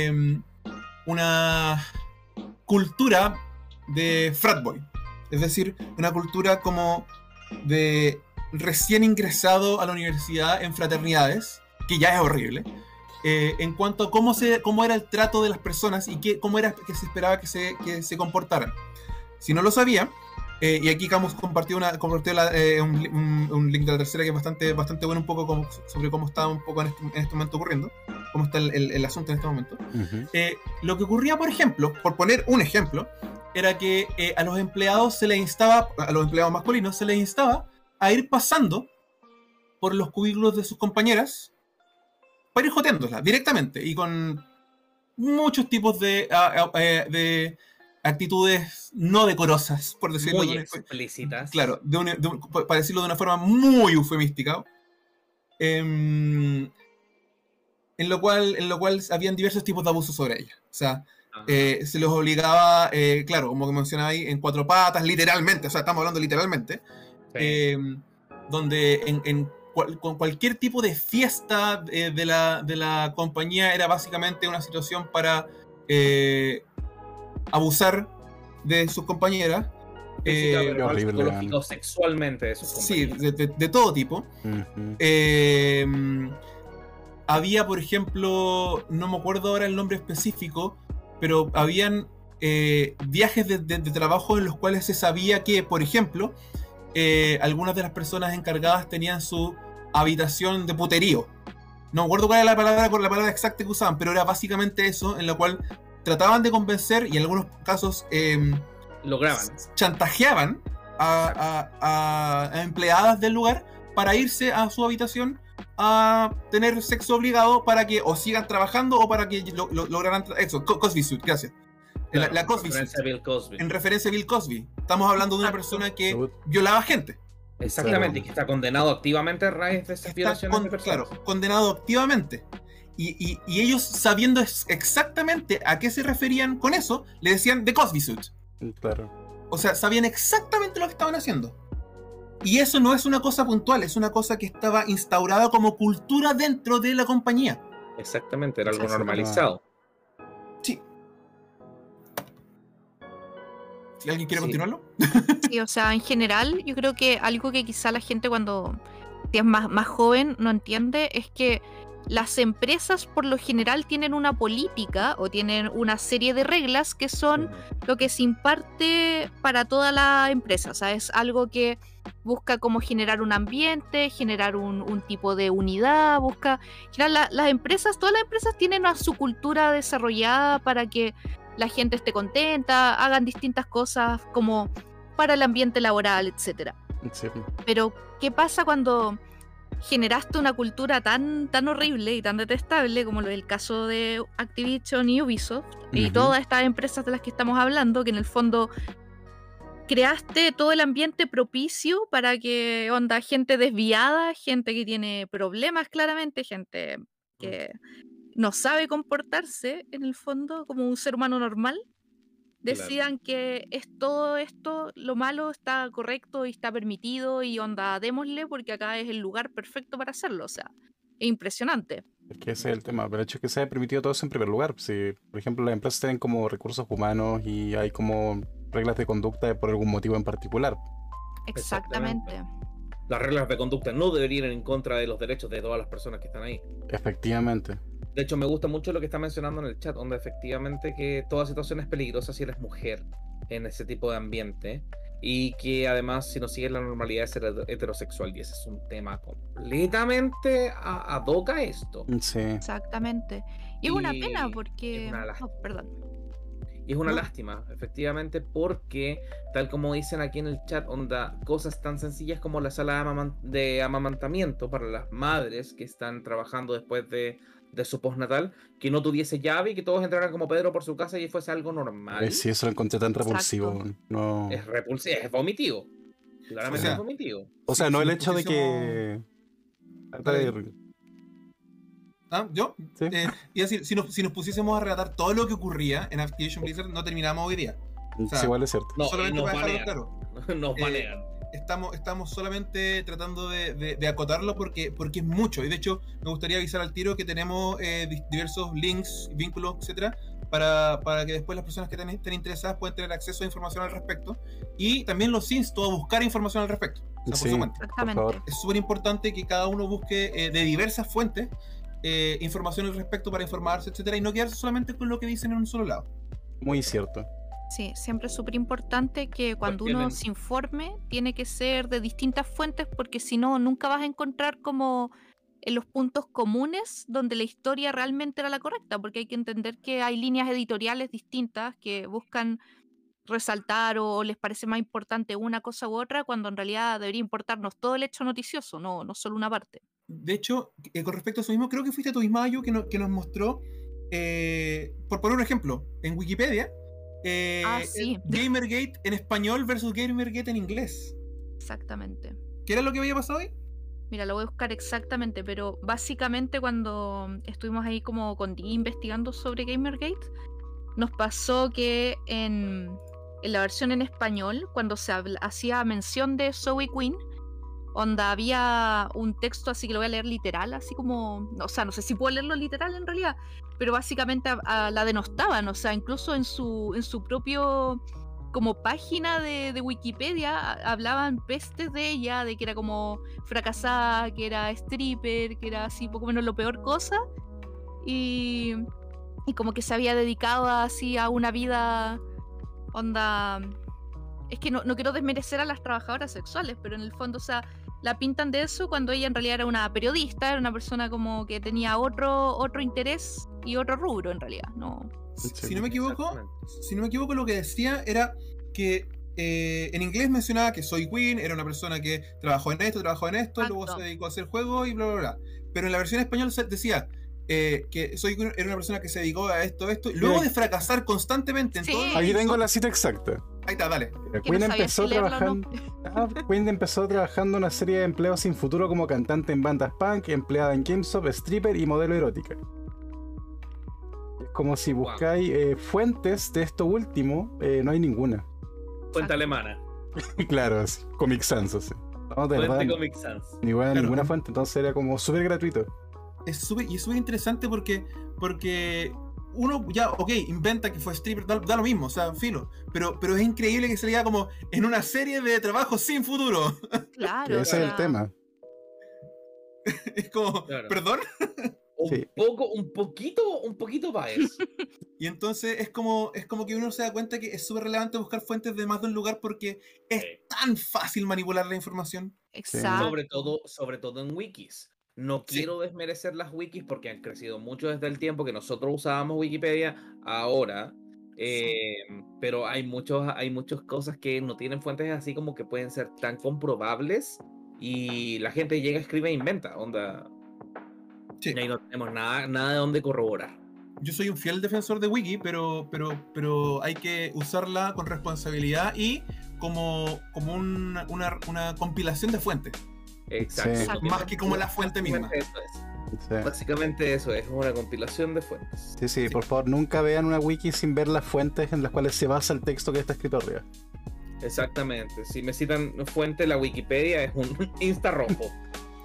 una cultura de frat boy. Es decir, una cultura como de recién ingresado a la universidad en fraternidades, que ya es horrible, en cuanto a cómo era el trato de las personas y cómo era que se esperaba que se comportaran. Si no lo sabía, y aquí Camus compartió un link de la tercera que es bastante bueno, un poco sobre cómo está un poco en este momento ocurriendo, cómo está el asunto en este momento. Ujú. Lo que ocurría, por ejemplo, por poner un ejemplo, era que a los empleados a los empleados masculinos se les instaba a ir pasando por los cubículos de sus compañeras para ir joteándolas directamente y con muchos tipos de actitudes no decorosas, por decirlo Muy de una- explícitas. Claro, para decirlo de una forma muy eufemística. En lo cual habían diversos tipos de abusos sobre ella. O sea, Ajá. se los obligaba, claro, como mencionaba ahí, en cuatro patas, literalmente, o sea, estamos hablando literalmente, Sí. donde con cualquier tipo de fiesta de la compañía era básicamente una situación para abusar de sus compañeras. Física, qué verbal, horrible, psicológico, man. sexualmente de sus Sí, compañeros. de todo tipo. Ujú. Había, por ejemplo, no me acuerdo ahora el nombre específico, pero habían viajes de trabajo en los cuales se sabía que, por ejemplo, algunas de las personas encargadas tenían su habitación de puterío. No me acuerdo cuál era la palabra exacta que usaban, pero era básicamente eso, en la cual trataban de convencer y en algunos casos Lograban. chantajeaban a empleadas del lugar para irse a su habitación a tener sexo obligado para que o sigan trabajando o para que lograran eso. Cosby Suit, gracias. Claro, La Cosby referencia Suit, a Bill Cosby. en referencia a Bill Cosby. Estamos hablando de una persona que Salud. violaba gente. Exactamente, y que está condenado activamente a raíz de esas Está violaciones de personas. claro, condenado activamente. Y ellos, sabiendo exactamente a qué se referían con eso, le decían The Cosby Suit. Claro. O sea, sabían exactamente lo que estaban haciendo. Y eso no es una cosa puntual, es una cosa que estaba instaurada como cultura dentro de la compañía. Exactamente, era algo Sí, sí, normalizado. Sí. ¿Si alguien quiere Sí. continuarlo? Sí, o sea, en general, yo creo que algo que quizá la gente cuando es más joven no entiende es que las empresas por lo general tienen una política o tienen una serie de reglas que son lo que se imparte para toda la empresa. O sea, es algo que busca como generar un ambiente, generar un tipo de unidad, busca... Todas las empresas tienen su cultura desarrollada para que la gente esté contenta, hagan distintas cosas como para el ambiente laboral, etcétera. Sí. Pero, ¿qué pasa cuando generaste una cultura tan horrible y tan detestable como el caso de Activision y Ubisoft y Ujú. todas estas empresas de las que estamos hablando, que en el fondo creaste todo el ambiente propicio para que gente desviada, gente que tiene problemas claramente, gente que no sabe comportarse en el fondo como un ser humano normal, decidan que es todo esto, lo malo está correcto y está permitido y démosle porque acá es el lugar perfecto para hacerlo, o sea, es impresionante. Es que ese es el tema, pero el hecho es que se haya permitido todo eso en primer lugar. Si, por ejemplo, las empresas tienen como recursos humanos y hay como reglas de conducta por algún motivo en particular. Exactamente. Las reglas de conducta no deberían ir en contra de los derechos de todas las personas que están ahí. Efectivamente. De hecho, me gusta mucho lo que está mencionando en el chat, donde efectivamente que toda situación es peligrosa si eres mujer en ese tipo de ambiente. Y que además, si no sigues la normalidad de ser heterosexual, y ese es un tema completamente ad hoc a esto. Sí. Exactamente. Y es una pena porque... Es una lástima. Oh, perdón. Y es una lástima, efectivamente, porque, tal como dicen aquí en el chat, onda, cosas tan sencillas como la sala de amamantamiento para las madres que están trabajando después de su postnatal, que no tuviese llave y que todos entraran como Pedro por su casa y fuese algo normal. Sí, eso lo encontré tan repulsivo. No... Es repulsivo, es vomitivo. Claramente O sea, es vomitivo. O sea, Si no el nos hecho de que... ¿Ah? ¿Yo? Sí. Y decir, si nos pusiésemos a relatar todo lo que ocurría en Activision Blizzard, no terminamos hoy día. O sea, Sí, igual es cierto. No, solamente nos para dejarlo banean. claro. Nos banean. Estamos solamente tratando de acotarlo porque es mucho. Y de hecho, me gustaría avisar al tiro que tenemos diversos links, vínculos, etcétera, para que después las personas que estén interesadas puedan tener acceso a información al respecto. Y también los insto a buscar información al respecto. O sea, Sí, por su cuenta. por favor. Es súper importante que cada uno busque de diversas fuentes información al respecto para informarse, etcétera, y no quedarse solamente con lo que dicen en un solo lado. Muy cierto. Sí, siempre es súper importante que cuando uno se informe, tiene que ser de distintas fuentes, porque si no, nunca vas a encontrar como en los puntos comunes donde la historia realmente era la correcta, porque hay que entender que hay líneas editoriales distintas que buscan resaltar o les parece más importante una cosa u otra, cuando en realidad debería importarnos todo el hecho noticioso, no solo una parte. De hecho, con respecto a eso mismo, creo que fuiste tú misma, Ayu, que nos mostró, por poner un ejemplo, en Wikipedia, sí. Gamergate en español versus Gamergate en inglés. Exactamente. ¿Qué era lo que había pasado ahí? Mira, lo voy a buscar exactamente, pero básicamente cuando estuvimos ahí como con Dee investigando sobre Gamergate, nos pasó que en la versión en español, cuando se hacía mención de Zoe Quinn, onda había un texto así que lo voy a leer literal, así como, o sea, no sé si puedo leerlo literal en realidad, pero básicamente la denostaban, o sea, incluso en su propio como página de Wikipedia hablaban pestes de ella, de que era como fracasada, que era stripper, que era así poco menos lo peor cosa, y como que se había dedicado así a una vida, onda, es que no quiero desmerecer a las trabajadoras sexuales, pero en el fondo, o sea, la pintan de eso cuando ella en realidad era una periodista, era una persona como que tenía otro interés y otro rubro en realidad, ¿no? Si no me equivoco, lo que decía era que en inglés mencionaba que Zoe Quinn era una persona que trabajó en esto, luego se dedicó a hacer juegos y bla, bla, bla. Pero en la versión española decía que Zoe Quinn era una persona que se dedicó a esto, y luego de fracasar constantemente en todo. Aquí tengo la cita exacta. Ahí está, dale. Quinn empezó trabajando en una serie de empleos sin futuro como cantante en bandas punk, empleada en GameStop, stripper y modelo erótica. Es como si buscáis fuentes de esto último, no hay ninguna. Fuente alemana. Claro, sí, Comic Sans, así. No, de verdad, Comic Sans. Ninguna fuente, entonces era como súper gratuito. Es súper interesante porque uno ya, ok, inventa que fue stripper, da lo mismo, o sea, filo. Pero es increíble que se diga como en una serie de trabajos sin futuro. Claro. Ese es el tema. Es como, claro. ¿Perdón? Un poquito bias. Y entonces es como que uno se da cuenta que es súper relevante buscar fuentes de más de un lugar porque es tan fácil manipular la información. Exacto. Sobre todo en wikis. No quiero desmerecer las wikis porque han crecido mucho desde el tiempo que nosotros usábamos Wikipedia ahora. Pero hay muchas cosas que no tienen fuentes así como que pueden ser tan comprobables y la gente llega, escribe e inventa, onda. Sí. Y ahí no tenemos nada de dónde corroborar. Yo soy un fiel defensor de Wiki, pero hay que usarla con responsabilidad y como una compilación de fuentes. Exacto. Sí. Más que como la fuente misma. Eso es. Sí. Básicamente eso es una compilación de fuentes. Sí, por favor, nunca vean una wiki sin ver las fuentes en las cuales se basa el texto que está escrito arriba. Exactamente. Si me citan fuente, la Wikipedia es un Insta rojo.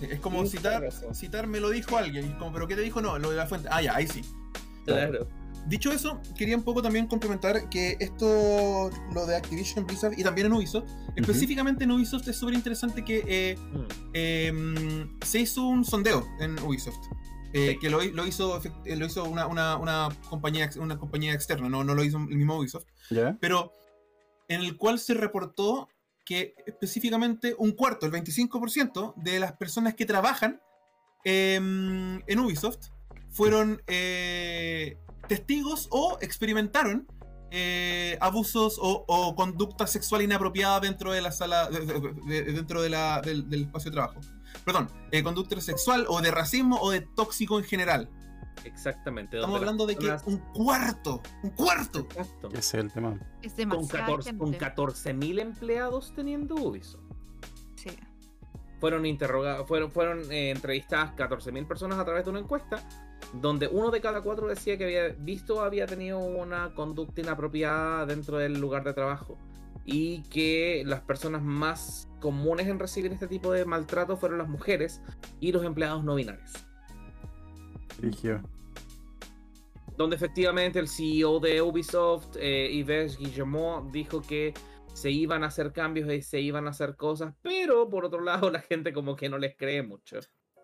Sí, es como Sí, citar, tienes razón. citar me lo dijo alguien. Es como, ¿pero qué te dijo? No, lo de la fuente. Ah, ya, ahí sí. Claro. Dicho eso, quería un poco también complementar que esto, lo de Activision Blizzard y también en Ubisoft, específicamente en Ubisoft es súper interesante que se hizo un sondeo en Ubisoft. Sí. Que lo hizo una compañía externa, no lo hizo el mismo Ubisoft, ¿Ya? pero en el cual se reportó que específicamente un cuarto, el 25% de las personas que trabajan en Ubisoft fueron testigos o experimentaron abusos o conducta sexual inapropiada dentro de la sala, dentro de del espacio de trabajo. Perdón, conducta sexual o de racismo o de tóxico en general. Exactamente. Estamos hablando de que un cuarto. Exacto. Ese es el tema. Es Con demasiada 14.000 empleados teniendo Ubisoft. Sí. Fueron entrevistadas 14.000 personas a través de una encuesta donde 1 de cada 4 decía que había tenido una conducta inapropiada dentro del lugar de trabajo y que las personas más comunes en recibir este tipo de maltrato fueron las mujeres y los empleados no binarios. Rígido. Donde efectivamente el CEO de Ubisoft, Yves Guillemot, dijo que se iban a hacer cambios y se iban a hacer cosas, pero por otro lado la gente como que no les cree mucho.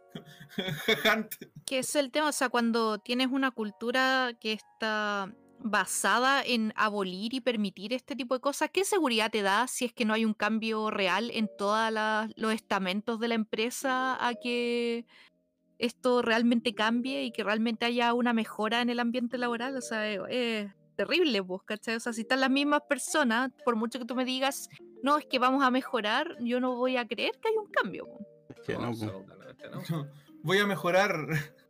Que es el tema, o sea, cuando tienes una cultura que está basada en abolir y permitir este tipo de cosas, ¿qué seguridad te da si es que no hay un cambio real en todos los estamentos de la empresa a que esto realmente cambie y que realmente haya una mejora en el ambiente laboral? O sea, es terrible, pues, ¿cachai? O sea, si están las mismas personas, por mucho que tú me digas, no, es que vamos a mejorar, yo no voy a creer que hay un cambio, pues. Es que no, pues. Absolutamente no. Voy a mejorar.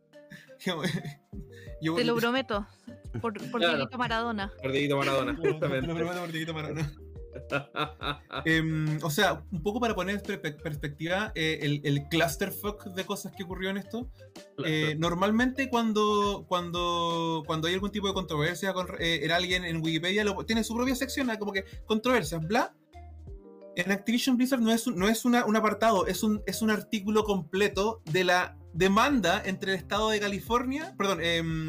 Te lo prometo, por Claro. Dieguito Maradona. Por Dieguito Maradona, Te lo justamente. prometo por Dieguito Maradona. O sea, un poco para poner en perspectiva el clusterfuck de cosas que ocurrió en esto. Normalmente cuando hay algún tipo de controversia en alguien en Wikipedia tiene su propia sección, como que controversias, bla. En Activision Blizzard no es un apartado, es un artículo completo de la demanda entre el estado de California, perdón,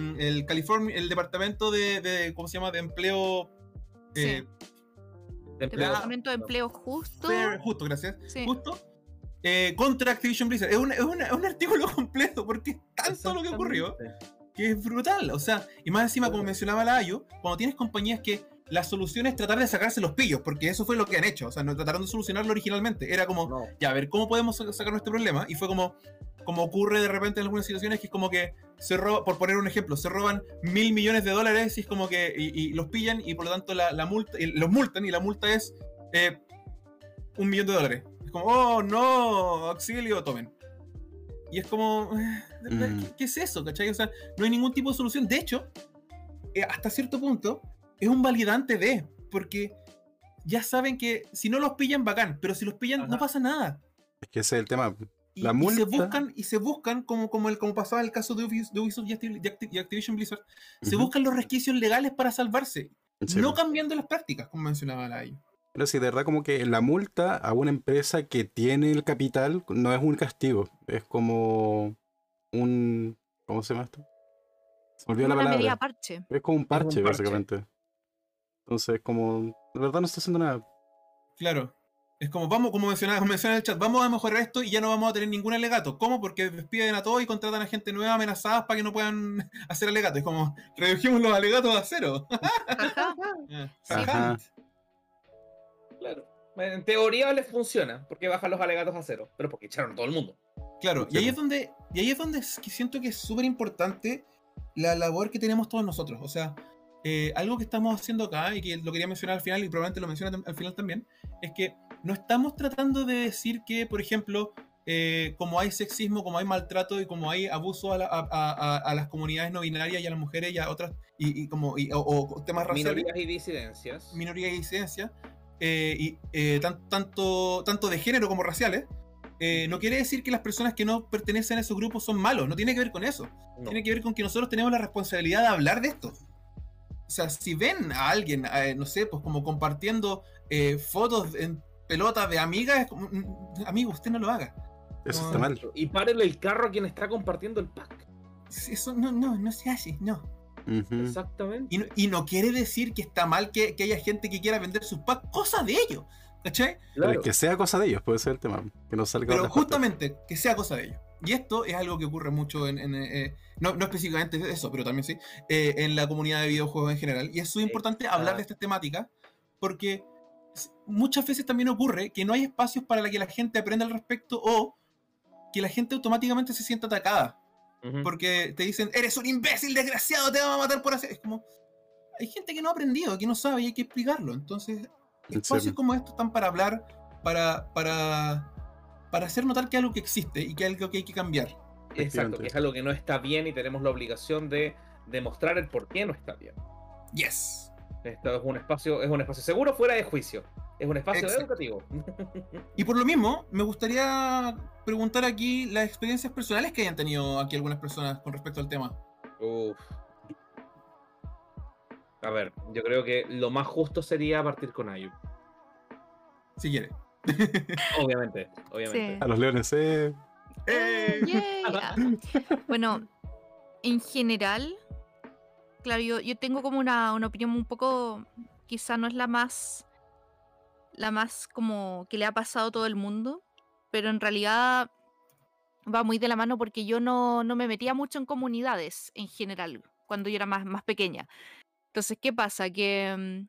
el departamento de ¿cómo se llama? De empleo. Sí. De empleo. Departamento de Empleo Justo. Justo, gracias. Sí. Justo. Contra Activision Blizzard. Es un artículo completo porque es tanto lo que ocurrió que es brutal. O sea, y más encima, como mencionaba la Ayu, cuando tienes compañías que la solución es tratar de sacarse los pillos, porque eso fue lo que han hecho. O sea, no trataron de solucionarlo originalmente. Era como, No. ya, a ver, ¿cómo podemos sacar este problema? Y fue como ocurre de repente en algunas situaciones, que es como que se roba, por poner un ejemplo, se roban $1.000 millones y es como que y los pillan y por lo tanto la multa, los multan y la multa es $1 millón. Es como, oh no, auxilio, tomen. Y es como, ¿qué es eso? ¿Cachai? O sea, no hay ningún tipo de solución. De hecho, hasta cierto punto, es un validante de, porque ya saben que si no los pillan, bacán, pero si los pillan, no pasa nada. Es que ese es el tema. Y, La multa. y se buscan como pasaba en el caso de Ubisoft y Activision Blizzard, se buscan los resquicios legales para salvarse, Sí, no pues. cambiando las prácticas, como mencionaba la Ayu. Pero si de verdad como que la multa a una empresa que tiene el capital no es un castigo, es como un... ¿Cómo se llama esto? Se me olvidó la Una medida palabra. parche. Es como un parche, parche. básicamente. Entonces, como... De verdad no está haciendo nada. Claro. Es como, como menciona en el chat, vamos a mejorar esto y ya no vamos a tener ningún alegato. ¿Cómo? Porque despiden a todos y contratan a gente nueva amenazadas para que no puedan hacer alegatos. Es como, redujimos los alegatos a cero. Ajá. Sí. Ajá. Claro. En teoría les funciona, porque bajan los alegatos a cero, pero porque echaron a todo el mundo. Claro, y ahí es donde siento que es súper importante la labor que tenemos todos nosotros. O sea, algo que estamos haciendo acá, y que lo quería mencionar al final, y probablemente lo menciona al final también, es que no estamos tratando de decir que, por ejemplo, como hay sexismo, como hay maltrato y como hay abuso a las comunidades no binarias y a las mujeres y a otras, o temas raciales, Minorías y disidencias. minoría y disidencia, tanto de género como raciales, no quiere decir que las personas que no pertenecen a esos grupos son malos, no tiene que ver con eso. No. Tiene que ver con que nosotros tenemos la responsabilidad de hablar de esto. O sea, si ven a alguien, no sé, pues como compartiendo fotos en pelotas de amigas, es como, amigo, usted no lo haga. Eso está mal. Y párenle el carro a quien está compartiendo el pack. Eso no se hace, no. Ujú. Exactamente. Y no quiere decir que está mal que haya gente que quiera vender sus packs, cosa de ellos, ¿cachai? Pero Claro. que sea cosa de ellos, puede ser el tema. Que no salga Pero otra parte. justamente que sea cosa de ellos. Y esto es algo que ocurre mucho no específicamente eso, pero también sí, en la comunidad de videojuegos en general. Y es súper importante hablar de estas temáticas porque muchas veces también ocurre que no hay espacios para que la gente aprenda al respecto o que la gente automáticamente se sienta atacada. Ujú. Porque te dicen, eres un imbécil desgraciado, te vamos a matar por hacer... Es como, hay gente que no ha aprendido, que no sabe y hay que explicarlo. Entonces, espacios serio? como estos están para hablar, para hacer notar que es algo que existe y que es algo que hay que cambiar. Exacto, Efectivamente. que es algo que no está bien y tenemos la obligación de demostrar el por qué no está bien. Yes. Esto es un espacio seguro fuera de juicio. Es un espacio Exacto. educativo. Y por lo mismo, me gustaría preguntar aquí las experiencias personales que hayan tenido aquí algunas personas con respecto al tema. Uf. A ver, yo creo que lo más justo sería partir con Ayu. Si quiere. Obviamente. A los leones, Yay. Ah. Bueno, en general, claro, yo tengo como una opinión un poco, quizá no es la más como que le ha pasado a todo el mundo, pero en realidad va muy de la mano porque yo no me metía mucho en comunidades en general cuando yo era más pequeña. Entonces, ¿qué pasa? Que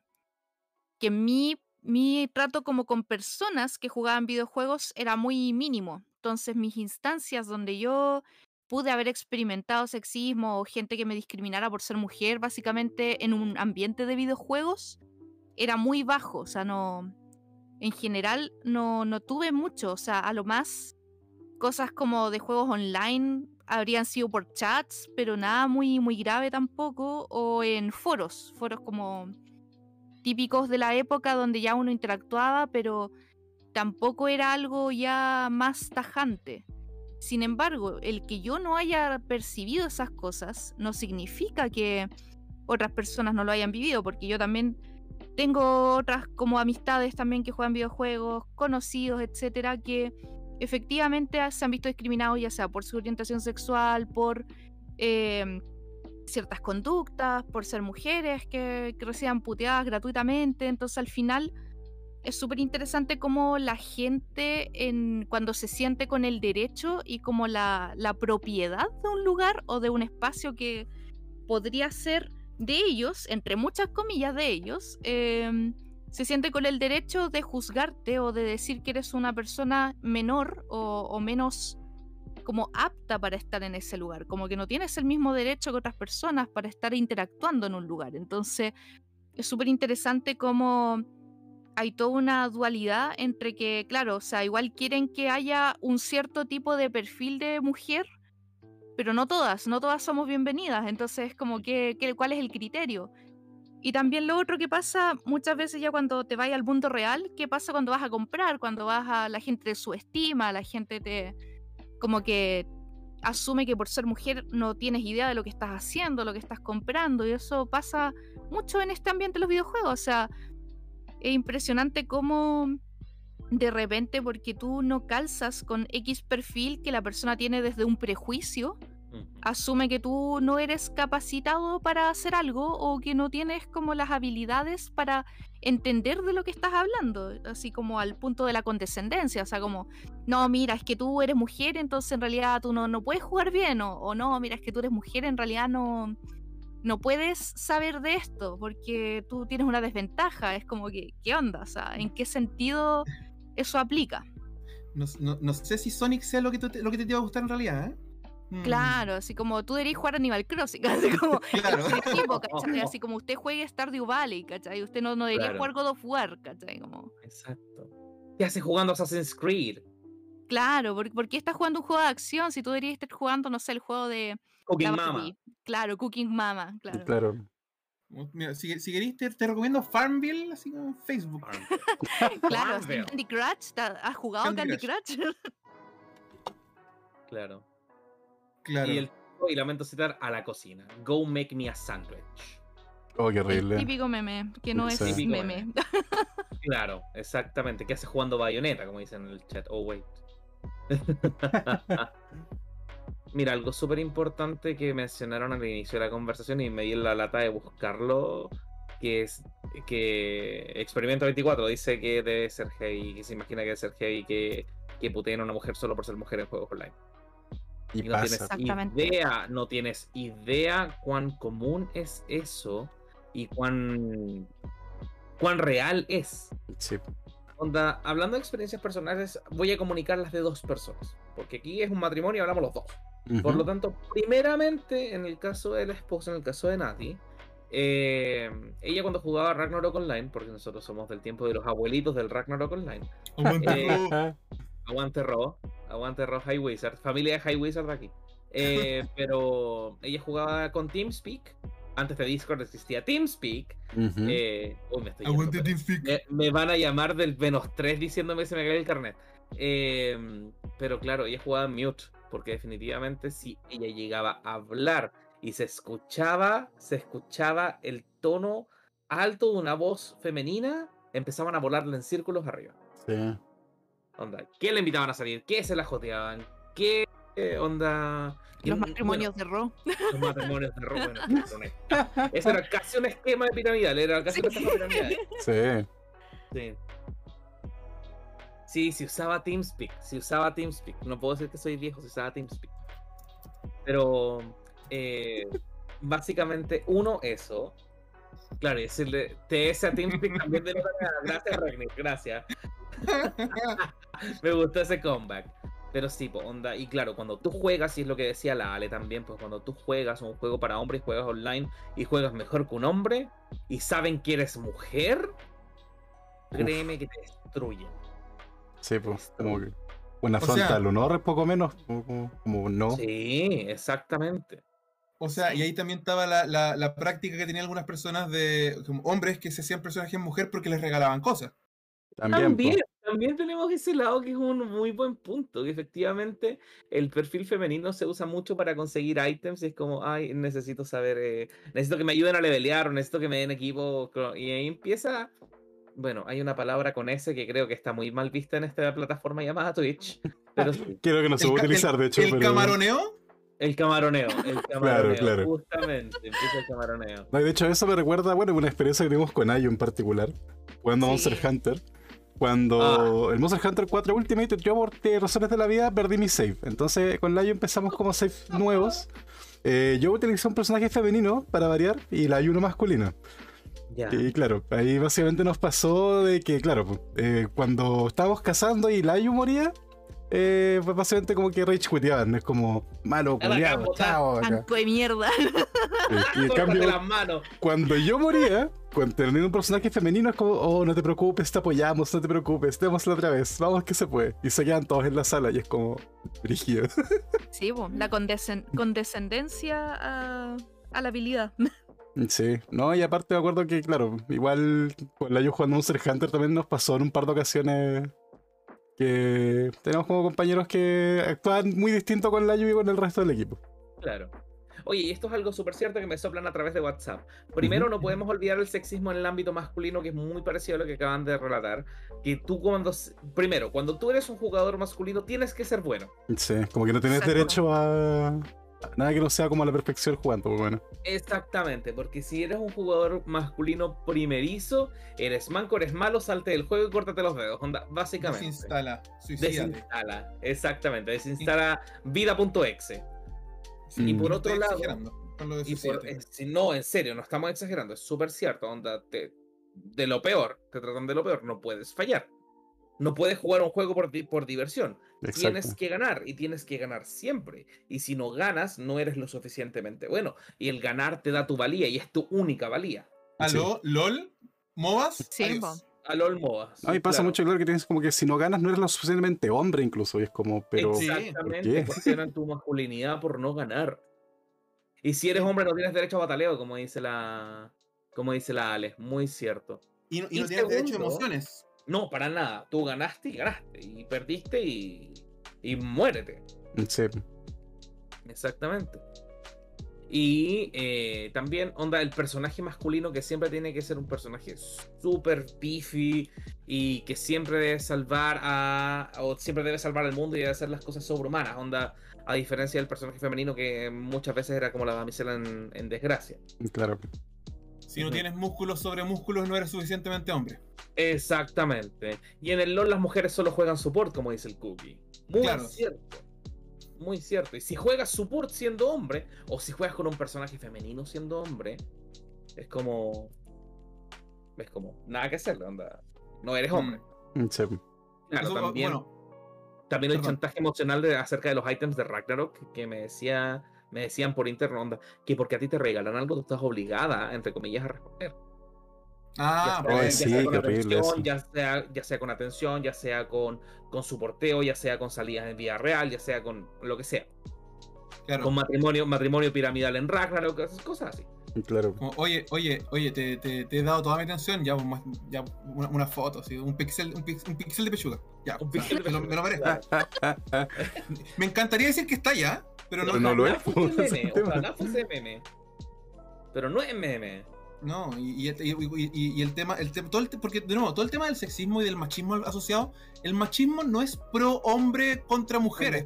mi trato como con personas que jugaban videojuegos era muy mínimo. Entonces, mis instancias donde yo pude haber experimentado sexismo o gente que me discriminara por ser mujer, básicamente en un ambiente de videojuegos, era muy bajo. O sea, en general no tuve mucho. O sea, a lo más cosas como de juegos online habrían sido por chats, pero nada muy grave tampoco, o en foros como típicos de la época donde ya uno interactuaba, pero tampoco era algo ya más tajante. Sin embargo, el que yo no haya percibido esas cosas no significa que otras personas no lo hayan vivido, porque yo también tengo otras como amistades también que juegan videojuegos, conocidos, etcétera, que efectivamente se han visto discriminados, ya sea por su orientación sexual, por ciertas conductas, por ser mujeres que reciban puteadas gratuitamente. Entonces al final es súper interesante cómo la gente cuando se siente con el derecho y como la propiedad de un lugar o de un espacio que podría ser de ellos, entre muchas comillas de ellos, se siente con el derecho de juzgarte o de decir que eres una persona menor o menos como apta para estar en ese lugar, como que no tienes el mismo derecho que otras personas para estar interactuando en un lugar. Entonces es súper interesante cómo hay toda una dualidad entre que, claro, o sea, igual quieren que haya un cierto tipo de perfil de mujer, pero no todas somos bienvenidas. Entonces como ¿cuál es el criterio? Y también lo otro que pasa muchas veces ya cuando te vas al mundo real, ¿qué pasa cuando vas a comprar? Cuando la gente te subestima, la gente como que asume que por ser mujer no tienes idea de lo que estás haciendo, lo que estás comprando, y eso pasa mucho en este ambiente de los videojuegos. O sea, es impresionante cómo de repente, porque tú no calzas con X perfil que la persona tiene desde un prejuicio, asume que tú no eres capacitado para hacer algo o que no tienes como las habilidades para entender de lo que estás hablando, así como al punto de la condescendencia. O sea, como, no, mira, es que tú eres mujer, entonces en realidad tú no puedes jugar bien, o no, mira, es que tú eres mujer, en realidad no puedes saber de esto porque tú tienes una desventaja. Es como que, ¿qué onda? O sea, ¿en qué sentido eso aplica? No sé si Sonic sea lo que te iba a gustar en realidad, ¿eh? Claro, así como tú deberías jugar Animal Crossing, así como Claro. el tipo, ¿cachai? Así como usted juegue Stardew Valley, ¿cachai? Usted no debería Claro. jugar God of War, ¿cachai? Como... Exacto. ¿Qué haces jugando Assassin's Creed? Claro, ¿por qué estás jugando un juego de acción si tú deberías estar jugando, no sé, el juego de Cooking la Mama. Barbie? Claro, Cooking Mama, claro. Claro. Mira, si queréis te recomiendo Farmville, así como en Facebook. Claro, así, Farmville. Candy Crush, ¿has jugado Candy Candy Crush? Claro. Claro. Y lamento citar a la cocina. Go make me a sandwich. Oh, qué El horrible. típico meme, que no es Sí. Típico meme. Claro, exactamente. ¿Qué hace jugando Bayonetta? Como dicen en el chat. Oh, wait. Mira, algo súper importante que mencionaron al inicio de la conversación y me di la lata de buscarlo, que es que Experimento 24 dice que debe ser gay, que se imagina que debe ser gay, que puteen a una mujer solo por ser mujer en juegos online. Y no pasa. no tienes idea cuán común es eso y cuán real es. Sí. Onda, hablando de experiencias personales, voy a comunicar las de dos personas, porque aquí es un matrimonio y hablamos los dos. Por lo tanto, primeramente, en el caso de la esposa, en el caso de Nati, ella cuando jugaba Ragnarok Online, porque nosotros somos del tiempo de los abuelitos del Ragnarok Online. Aguante Ro, High Wizard, familia de High Wizard aquí. Pero ella jugaba con TeamSpeak. Antes de Discord existía TeamSpeak. Me estoy Aguante yendo, TeamSpeak. me van a llamar del menos 3 diciéndome que se me cae el carnet. Pero claro, ella jugaba en mute, porque definitivamente si ella llegaba a hablar y se escuchaba el tono alto de una voz femenina, empezaban a volarle en círculos arriba. Sí. Onda, ¿qué le invitaban a salir? ¿Qué se la joteaban? ¿Qué onda? Los matrimonios de Ro. Los matrimonios de Ro, bueno, eso era casi un esquema de piramidal, era casi una estafa piramidal. Sí. Sí, se usaba TeamSpeak, no puedo decir que soy viejo, se usaba TeamSpeak. Pero básicamente eso. Claro, y decirle TS a TeamSpeak también de nada. Gracias, Regnick, gracias. Me gustó ese comeback. Pero sí, onda, y claro, cuando tú juegas, y es lo que decía la Ale también, pues cuando tú juegas un juego para hombres, juegas online y juegas mejor que un hombre, y saben que eres mujer, créeme que te destruyen. Sí, pues, como que una afronta al honor, poco menos, como no. Sí, exactamente. O sea, y ahí también estaba la práctica que tenían algunas personas de como hombres que se hacían personajes mujer porque les regalaban cosas. También tenemos ese lado que es un muy buen punto, que efectivamente el perfil femenino se usa mucho para conseguir ítems y es como, ay, necesito saber, necesito que me ayuden a levelear o necesito que me den equipo, y ahí empieza, bueno, hay una palabra con S que creo que está muy mal vista en esta plataforma llamada Twitch, pero sí. Creo que no se puede utilizar, de hecho. ¿El camaroneo? El camaroneo, claro. Justamente, empieza el camaroneo. No, de hecho, eso me recuerda, bueno, una experiencia que tuvimos con Ayo en particular, jugando Monster Hunter. Cuando el Monster Hunter 4 Ultimate, yo por razones de la vida perdí mi save. Entonces con Layo empezamos como save nuevos. Yo utilicé un personaje femenino para variar y la uno masculina. Y claro, ahí básicamente nos pasó de que, claro, cuando estábamos cazando y Layo moría, pues básicamente como que rage quiteaban. Es como, malo, culiado, chao. Banco de mierda. Y en cambio, las manos. Cuando yo moría, cuando tenía un personaje femenino, es como, oh, no te preocupes, te apoyamos, no te preocupes, démoslo otra vez, vamos que se puede. Y se quedan todos en la sala y es como, brígido. Sí, la condescendencia a la habilidad. Sí, no, y aparte me acuerdo que, claro, igual con la yo jugando Monster Hunter también nos pasó en un par de ocasiones que tenemos como compañeros que actúan muy distinto con la y con el resto del equipo. Claro. Oye, y esto es algo súper cierto que me soplan a través de WhatsApp. Primero, no podemos olvidar el sexismo en el ámbito masculino, que es muy parecido a lo que acaban de relatar. Que tú primero, cuando tú eres un jugador masculino, tienes que ser bueno. Sí, como que no tienes derecho a nada que no sea como a la perfección jugando, bueno. Exactamente, porque si eres un jugador masculino primerizo, eres manco, eres malo, salte del juego y córtate los dedos, onda, básicamente. Desinstala, exactamente, desinstala vida.exe. Sí, y por otro lado, no, en serio, no estamos exagerando, es súper cierto, onda, de lo peor, te tratan de lo peor, no puedes fallar. No puedes jugar un juego por diversión. Exacto. Tienes que ganar y tienes que ganar siempre. Y si no ganas, no eres lo suficientemente bueno. Y el ganar te da tu valía y es tu única valía. ¿Aló? Sí. ¿LOL? ¿MOBAs? Sí, a LOL MOBAs. No, y pasa mucho, claro, que tienes como que si no ganas no eres lo suficientemente hombre incluso. Y es como, pero... Exactamente, cuestionan tu masculinidad por no ganar. Y si eres hombre no tienes derecho a bataleo, como dice la Ale. Muy cierto. Y no tienes derecho a emociones. No, para nada. Tú ganaste y ganaste. Y perdiste y muérete. Sí. Exactamente. Y también, onda, el personaje masculino que siempre tiene que ser un personaje súper beefy y que siempre debe salvar o siempre debe salvar al mundo y debe hacer las cosas sobrehumanas, onda, a diferencia del personaje femenino que muchas veces era como la damisela en desgracia. Claro. Si no tienes músculos sobre músculos, no eres suficientemente hombre. Exactamente. Y en el LoL las mujeres solo juegan support, como dice el Cookie. Muy Claro. cierto. Muy cierto. Y si juegas support siendo hombre, o si juegas con un personaje femenino siendo hombre, es como nada que hacer, onda. No eres hombre. Sí. Claro, Eso, también. bueno, También el perdón. chantaje emocional acerca de los ítems de Ragnarok que me decían por internet, onda, que porque a ti te regalan algo, tú estás obligada, entre comillas, a responder. Ah, Oh, Ya sí, sea con qué horrible eso. atención, ya sea con atención, ya sea con su porteo, ya sea con salidas en vida real, ya sea con lo que sea. claro. Con matrimonio piramidal en Ragnarok, esas cosas así. Claro. Como, oye, te he dado toda mi atención, ya, pues, ya una foto, así, un pixel de pechuga. Ya, Un pixel de me lo merezco. Claro. Me encantaría decir que está ya, pero no. Pero no lo es. Ojalá fuese ese meme, tema. ojalá fuese meme. Pero no es meme. No, y el tema, porque de nuevo, todo el tema del sexismo y del machismo asociado, el machismo no es pro hombre contra mujeres,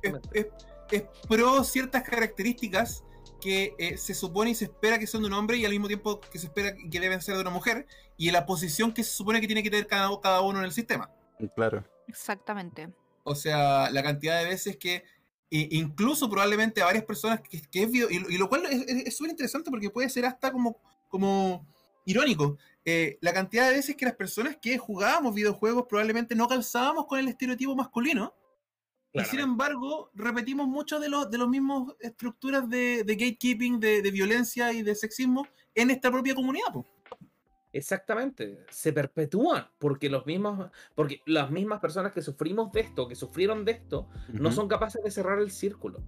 es pro ciertas características que se supone y se espera que son de un hombre y al mismo tiempo que se espera que deben ser de una mujer, y la posición que se supone que tiene que tener cada uno en el sistema. Claro. Exactamente. O sea, la cantidad de veces que incluso probablemente a varias personas que es video, y lo cual es súper interesante porque puede ser hasta como irónico. La cantidad de veces que las personas que jugábamos videojuegos probablemente no calzábamos con el estereotipo masculino. Y sin embargo, repetimos muchos de los mismos estructuras de gatekeeping, de violencia y de sexismo en esta propia comunidad, po. Exactamente, se perpetúan porque las mismas personas que sufrimos de esto, que sufrieron de esto, no son capaces de cerrar el círculo.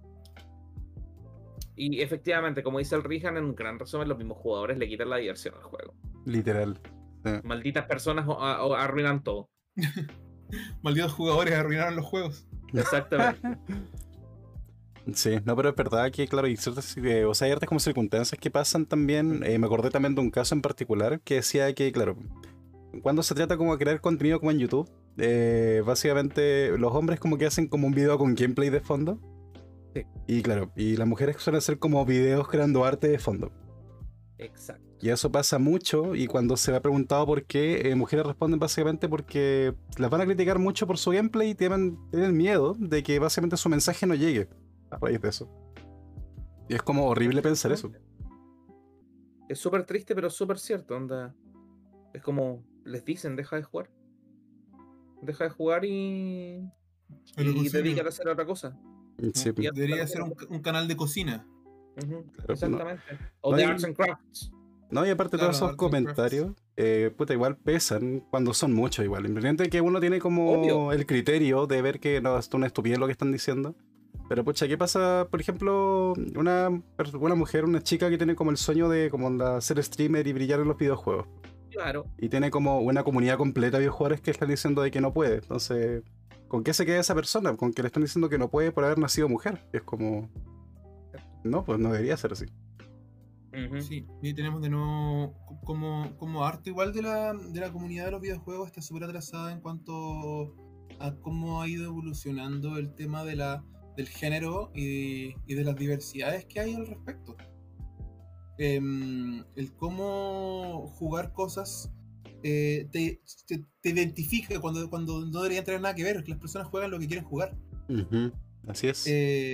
Y efectivamente, como dice el Rihan, en un gran resumen, los mismos jugadores le quitan la diversión al juego. Literal. Malditas personas arruinan todo. Malditos jugadores arruinaron los juegos. Exactamente. Sí, no, pero es verdad que, claro, hay ciertas, o sea, hay ciertas como circunstancias que pasan también. Me acordé también de un caso en particular que decía que, claro, cuando se trata como de crear contenido como en YouTube, básicamente los hombres como que hacen como un video con gameplay de fondo. Sí. Y claro, y las mujeres suelen hacer como videos creando arte de fondo. Exacto. Y eso pasa mucho, y cuando se le ha preguntado por qué, mujeres responden básicamente porque las van a criticar mucho por su gameplay y tienen miedo de que básicamente su mensaje no llegue a raíz de eso. Y es como horrible pensar eso. Es súper triste, pero súper cierto. Onda. Es como les dicen, deja de jugar. Deja de jugar y dedícate a hacer otra cosa. Sí. Debería ser un canal de cocina. Claro, exactamente. O no de hay... Arts and Crafts. No, y aparte Claro, todos esos comentarios, puta, igual pesan cuando son muchos igual. Independiente que uno tiene como Obvio. el criterio de ver que no, es una estupidez lo que están diciendo. Pero pucha, ¿qué pasa, por ejemplo, una mujer, una chica que tiene como el sueño de como ser streamer y brillar en los videojuegos? Claro. Y tiene como una comunidad completa de videojuegos que están diciendo de que no puede. Entonces, ¿con qué se queda esa persona? Con que le están diciendo que no puede por haber nacido mujer. Y es como... No, pues no debería ser así. Sí, y tenemos de nuevo como arte igual de la comunidad de los videojuegos está súper atrasada en cuanto a cómo ha ido evolucionando el tema del género y de las diversidades que hay al respecto. El cómo jugar cosas te identifica cuando no debería tener nada que ver, que las personas juegan lo que quieren jugar. Así es.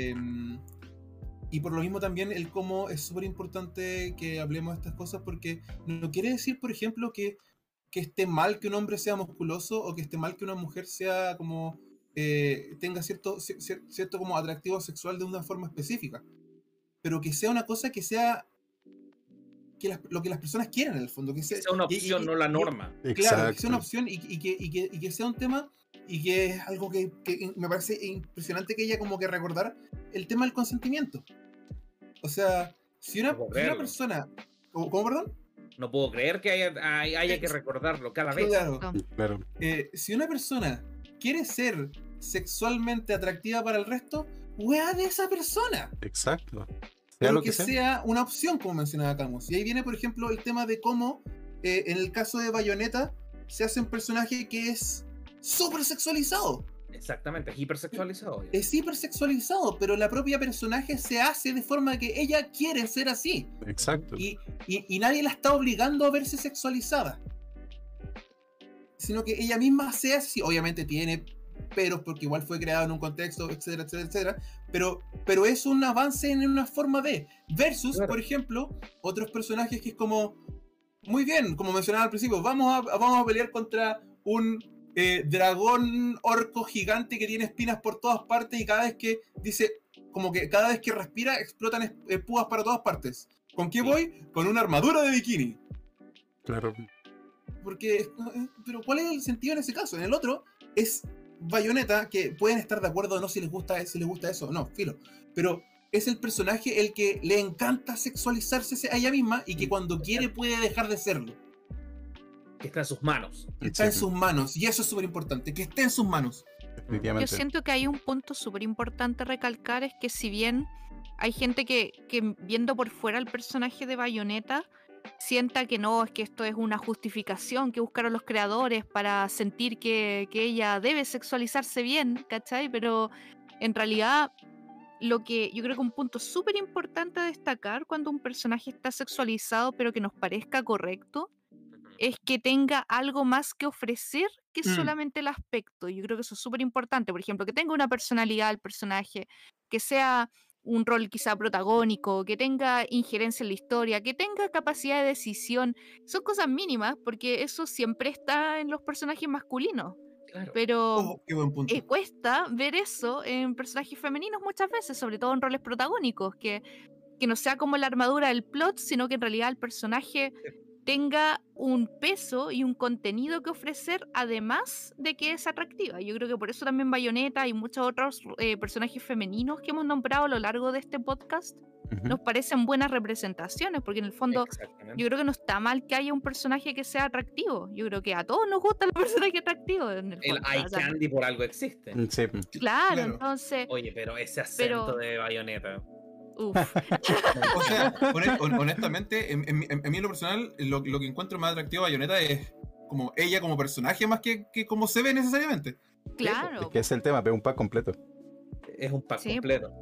Y por lo mismo también el cómo es súper importante que hablemos de estas cosas, porque no quiere decir, por ejemplo, que esté mal que un hombre sea musculoso o que esté mal que una mujer sea como tenga cierto como atractivo sexual de una forma específica, pero que sea una cosa que sea lo que las personas quieren en el fondo, que sea una opción, no la norma. Claro, que sea una opción y que sea un tema, y que es algo que me parece impresionante que ella como que recordar el tema del consentimiento. O sea, si una persona... ¿Cómo, perdón? No puedo creer que haya que recordarlo cada vez. Claro. Si una persona quiere ser sexualmente atractiva para el resto, wea de esa persona. Exacto. Sea pero lo que sea. sea una opción, como mencionaba Camus. Y ahí viene, por ejemplo, el tema de cómo, en el caso de Bayonetta, se hace un personaje que es súper sexualizado. Exactamente, es hipersexualizado. Es hipersexualizado, pero la propia personaje se hace de forma que ella quiere ser así. Exacto. Y nadie la está obligando a verse sexualizada. Sino que ella misma se hace así. Obviamente tiene peros porque igual fue creado en un contexto, etcétera, etcétera, etcétera. Pero es un avance en una forma de. Versus, Claro. por ejemplo, otros personajes que es como. Muy bien, como mencionaba al principio, vamos a pelear contra un dragón orco gigante que tiene espinas por todas partes y cada vez que dice, como que cada vez que respira explotan púas para todas partes. ¿Con qué Sí. voy? Con una armadura de bikini. Claro. Porque, pero ¿cuál es el sentido en ese caso? En el otro es Bayonetta, que pueden estar de acuerdo o no si les gusta eso o no, filo. Pero es el personaje el que le encanta sexualizarse a ella misma y que cuando quiere puede dejar de serlo. Que está en sus manos. Está en sus manos, y eso es súper importante, que esté en sus manos. Yo Definitivamente. siento que hay un punto súper importante a recalcar, es que si bien hay gente que viendo por fuera el personaje de Bayonetta, sienta que no, es que esto es una justificación que buscaron los creadores para sentir que ella debe sexualizarse bien, ¿cachai? Pero en realidad lo que yo creo que un punto súper importante a destacar cuando un personaje está sexualizado pero que nos parezca correcto, es que tenga algo más que ofrecer que solamente el aspecto. Yo creo que eso es súper importante. Por ejemplo, que tenga una personalidad el personaje, que sea un rol quizá protagónico, que tenga injerencia en la historia, que tenga capacidad de decisión. Son cosas mínimas, porque eso siempre está en los personajes masculinos. Claro. Pero Oh, qué buen punto. cuesta ver eso en personajes femeninos muchas veces, sobre todo en roles protagónicos, que no sea como la armadura del plot, sino que en realidad el personaje tenga un peso y un contenido que ofrecer, además de que es atractiva. Yo creo que por eso también Bayonetta y muchos otros personajes femeninos que hemos nombrado a lo largo de este podcast Ujú. nos parecen buenas representaciones, porque en el fondo Exactamente. yo creo que no está mal que haya un personaje que sea atractivo. Yo creo que a todos nos gusta el personaje atractivo en el El fondo. eye O sea, candy por algo existe. Sí. claro, entonces, Oye, pero ese acento Pero- de Bayonetta. uf, O sea, honestamente, en mí en lo personal, lo que encuentro más atractivo a Bayonetta es como ella como personaje más que como se ve necesariamente. Es claro. que es el tema, pero un pack completo. Es un pack Sí, completo.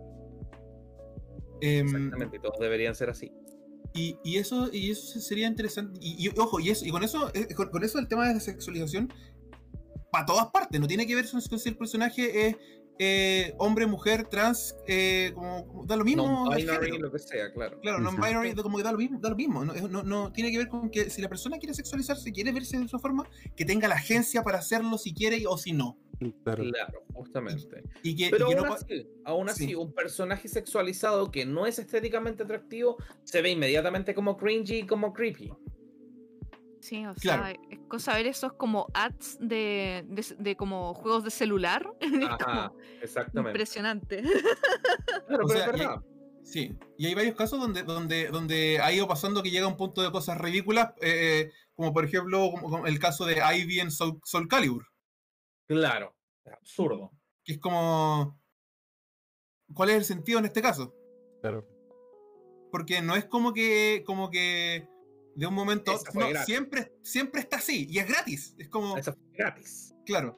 Em, Exactamente, y todos deberían ser así. y eso sería interesante. Ojo, y con eso el tema de la sexualización, para todas partes, no tiene que ver con si el personaje es hombre, mujer, trans, como da lo mismo. el Non-binary, género. lo que sea, claro. Claro, Ujú. non-binary, como que da lo mismo. No tiene que ver con que si la persona quiere sexualizarse, quiere verse de esa forma, que tenga la agencia para hacerlo si quiere o si no. Claro. Claro, justamente. Y que, Pero y que aún no así, aún así, Sí. un personaje sexualizado que no es estéticamente atractivo se ve inmediatamente como cringy y como creepy. Sí, o Claro. sea, es cosa ver esos como ads de como juegos de celular. Es Ajá, como exactamente. impresionante. Claro, O pero sea, es verdad. Sí, y hay varios casos donde ha ido pasando que llega a un punto de cosas ridículas, como por ejemplo como el caso de Ivy en Soul Calibur, Claro, es absurdo. que es como, ¿cuál es el sentido en este caso? Claro. Porque no es como que de un momento, Esa fue no, gratis. siempre está así, y es gratis, es como, Eso fue gratis. claro,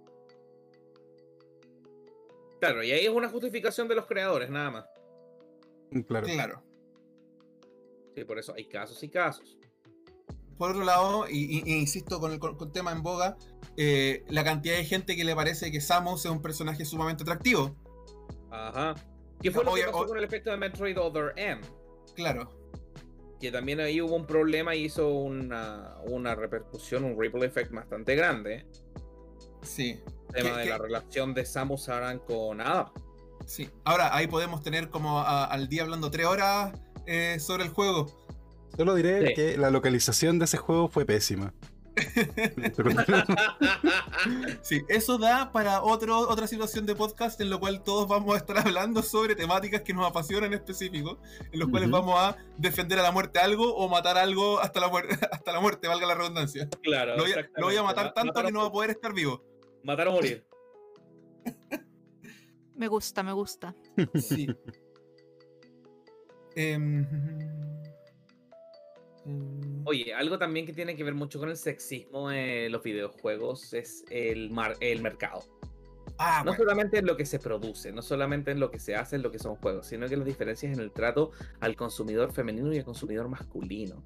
Claro, y ahí es una justificación de los creadores, nada más. Claro. claro. Sí, por eso hay casos y casos. Por otro lado, y insisto con el tema en boga, la cantidad de gente que le parece que Samus es un personaje sumamente atractivo. Ajá. ¿Qué fue lo que Oye, pasó con el efecto de Metroid Other M? Claro, Que también ahí hubo un problema y hizo una repercusión, un ripple effect bastante grande. sí. El tema ¿Qué- de qué? la relación de Samus Aran con Adam. Sí, ahora ahí podemos tener como al día hablando 3 horas sobre el juego. Solo diré Sí. que la localización de ese juego fue pésima. Sí, eso da para otra situación de podcast en lo cual todos vamos a estar hablando sobre temáticas que nos apasionan en específico, en los cuales Ujú. vamos a defender a la muerte algo o matar algo hasta la muerte, valga la redundancia. Claro, Lo voy a matar tanto que no va a poder estar vivo. Matar o morir. Me gusta, me gusta. Sí. Oye, algo también que tiene que ver mucho con el sexismo en los videojuegos es el mercado. No bueno. solamente en lo que se produce, no solamente en lo que se hace en lo que son juegos, sino que las diferencias en el trato al consumidor femenino y al consumidor masculino.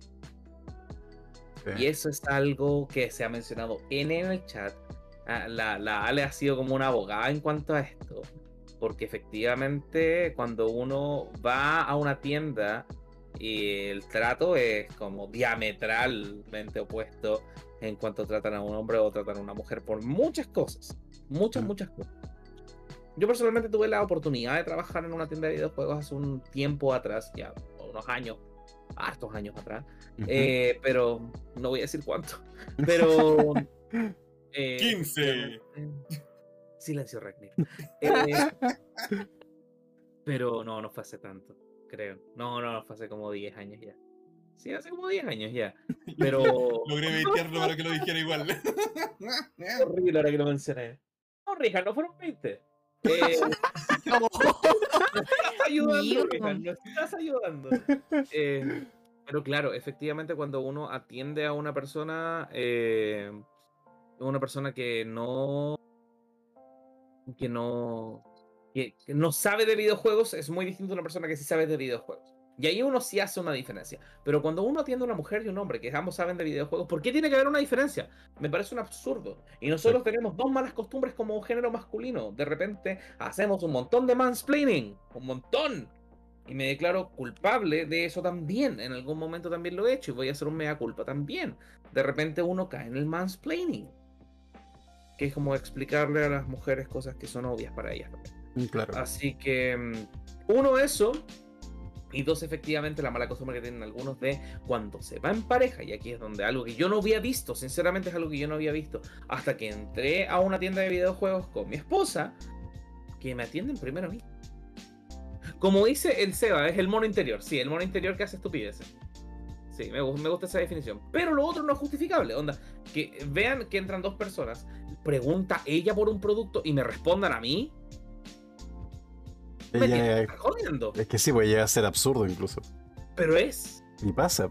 Y eso es algo que se ha mencionado en el chat. La Ale ha sido como una abogada en cuanto a esto, porque efectivamente cuando uno va a una tienda y el trato es como diametralmente opuesto en cuanto tratan a un hombre o tratan a una mujer por muchas cosas, muchas cosas. Yo personalmente tuve la oportunidad de trabajar en una tienda de videojuegos hace un tiempo atrás, ya unos años, hartos años atrás, pero no voy a decir cuánto, pero 15. Silencio, Ragnir. Pero no fue hace tanto, creo. No, fue hace como 10 años ya. Sí, hace como 10 años ya. Pero. Logré vetearlo para que lo dijera igual. Horrible ahora que lo mencioné. No, Richard, no fueron 20. No estás ayudando, Richard, no estás ayudando. Pero claro, efectivamente, cuando uno atiende a una persona que no sabe de videojuegos, es muy distinto a una persona que sí sabe de videojuegos. Y ahí uno sí hace una diferencia. Pero cuando uno atiende a una mujer y un hombre que ambos saben de videojuegos, ¿por qué tiene que haber una diferencia? Me parece un absurdo. Y nosotros tenemos dos malas costumbres como género masculino. De repente hacemos un montón de mansplaining. Un montón. Y me declaro culpable de eso también. En algún momento también lo he hecho y voy a hacer un mea culpa también. De repente uno cae en el mansplaining, que es como explicarle a las mujeres cosas que son obvias para ellas también. Claro. Así que, uno, eso. Y dos, efectivamente, la mala costumbre que tienen algunos de cuando se va en pareja, y aquí es donde algo que yo no había visto, sinceramente es algo que yo no había visto, hasta que entré a una tienda de videojuegos con mi esposa, que me atienden primero a mí. Como dice el Seba, es el mono interior. Sí, el mono interior que hace estupideces. Sí, me gusta esa definición. Pero lo otro no es justificable. Onda, que vean que entran dos personas, pregunta ella por un producto y me respondan a mí. Me tienen que estar jodiendo. Es que sí, puede llegar a ser absurdo incluso. Pero es. Y pasa.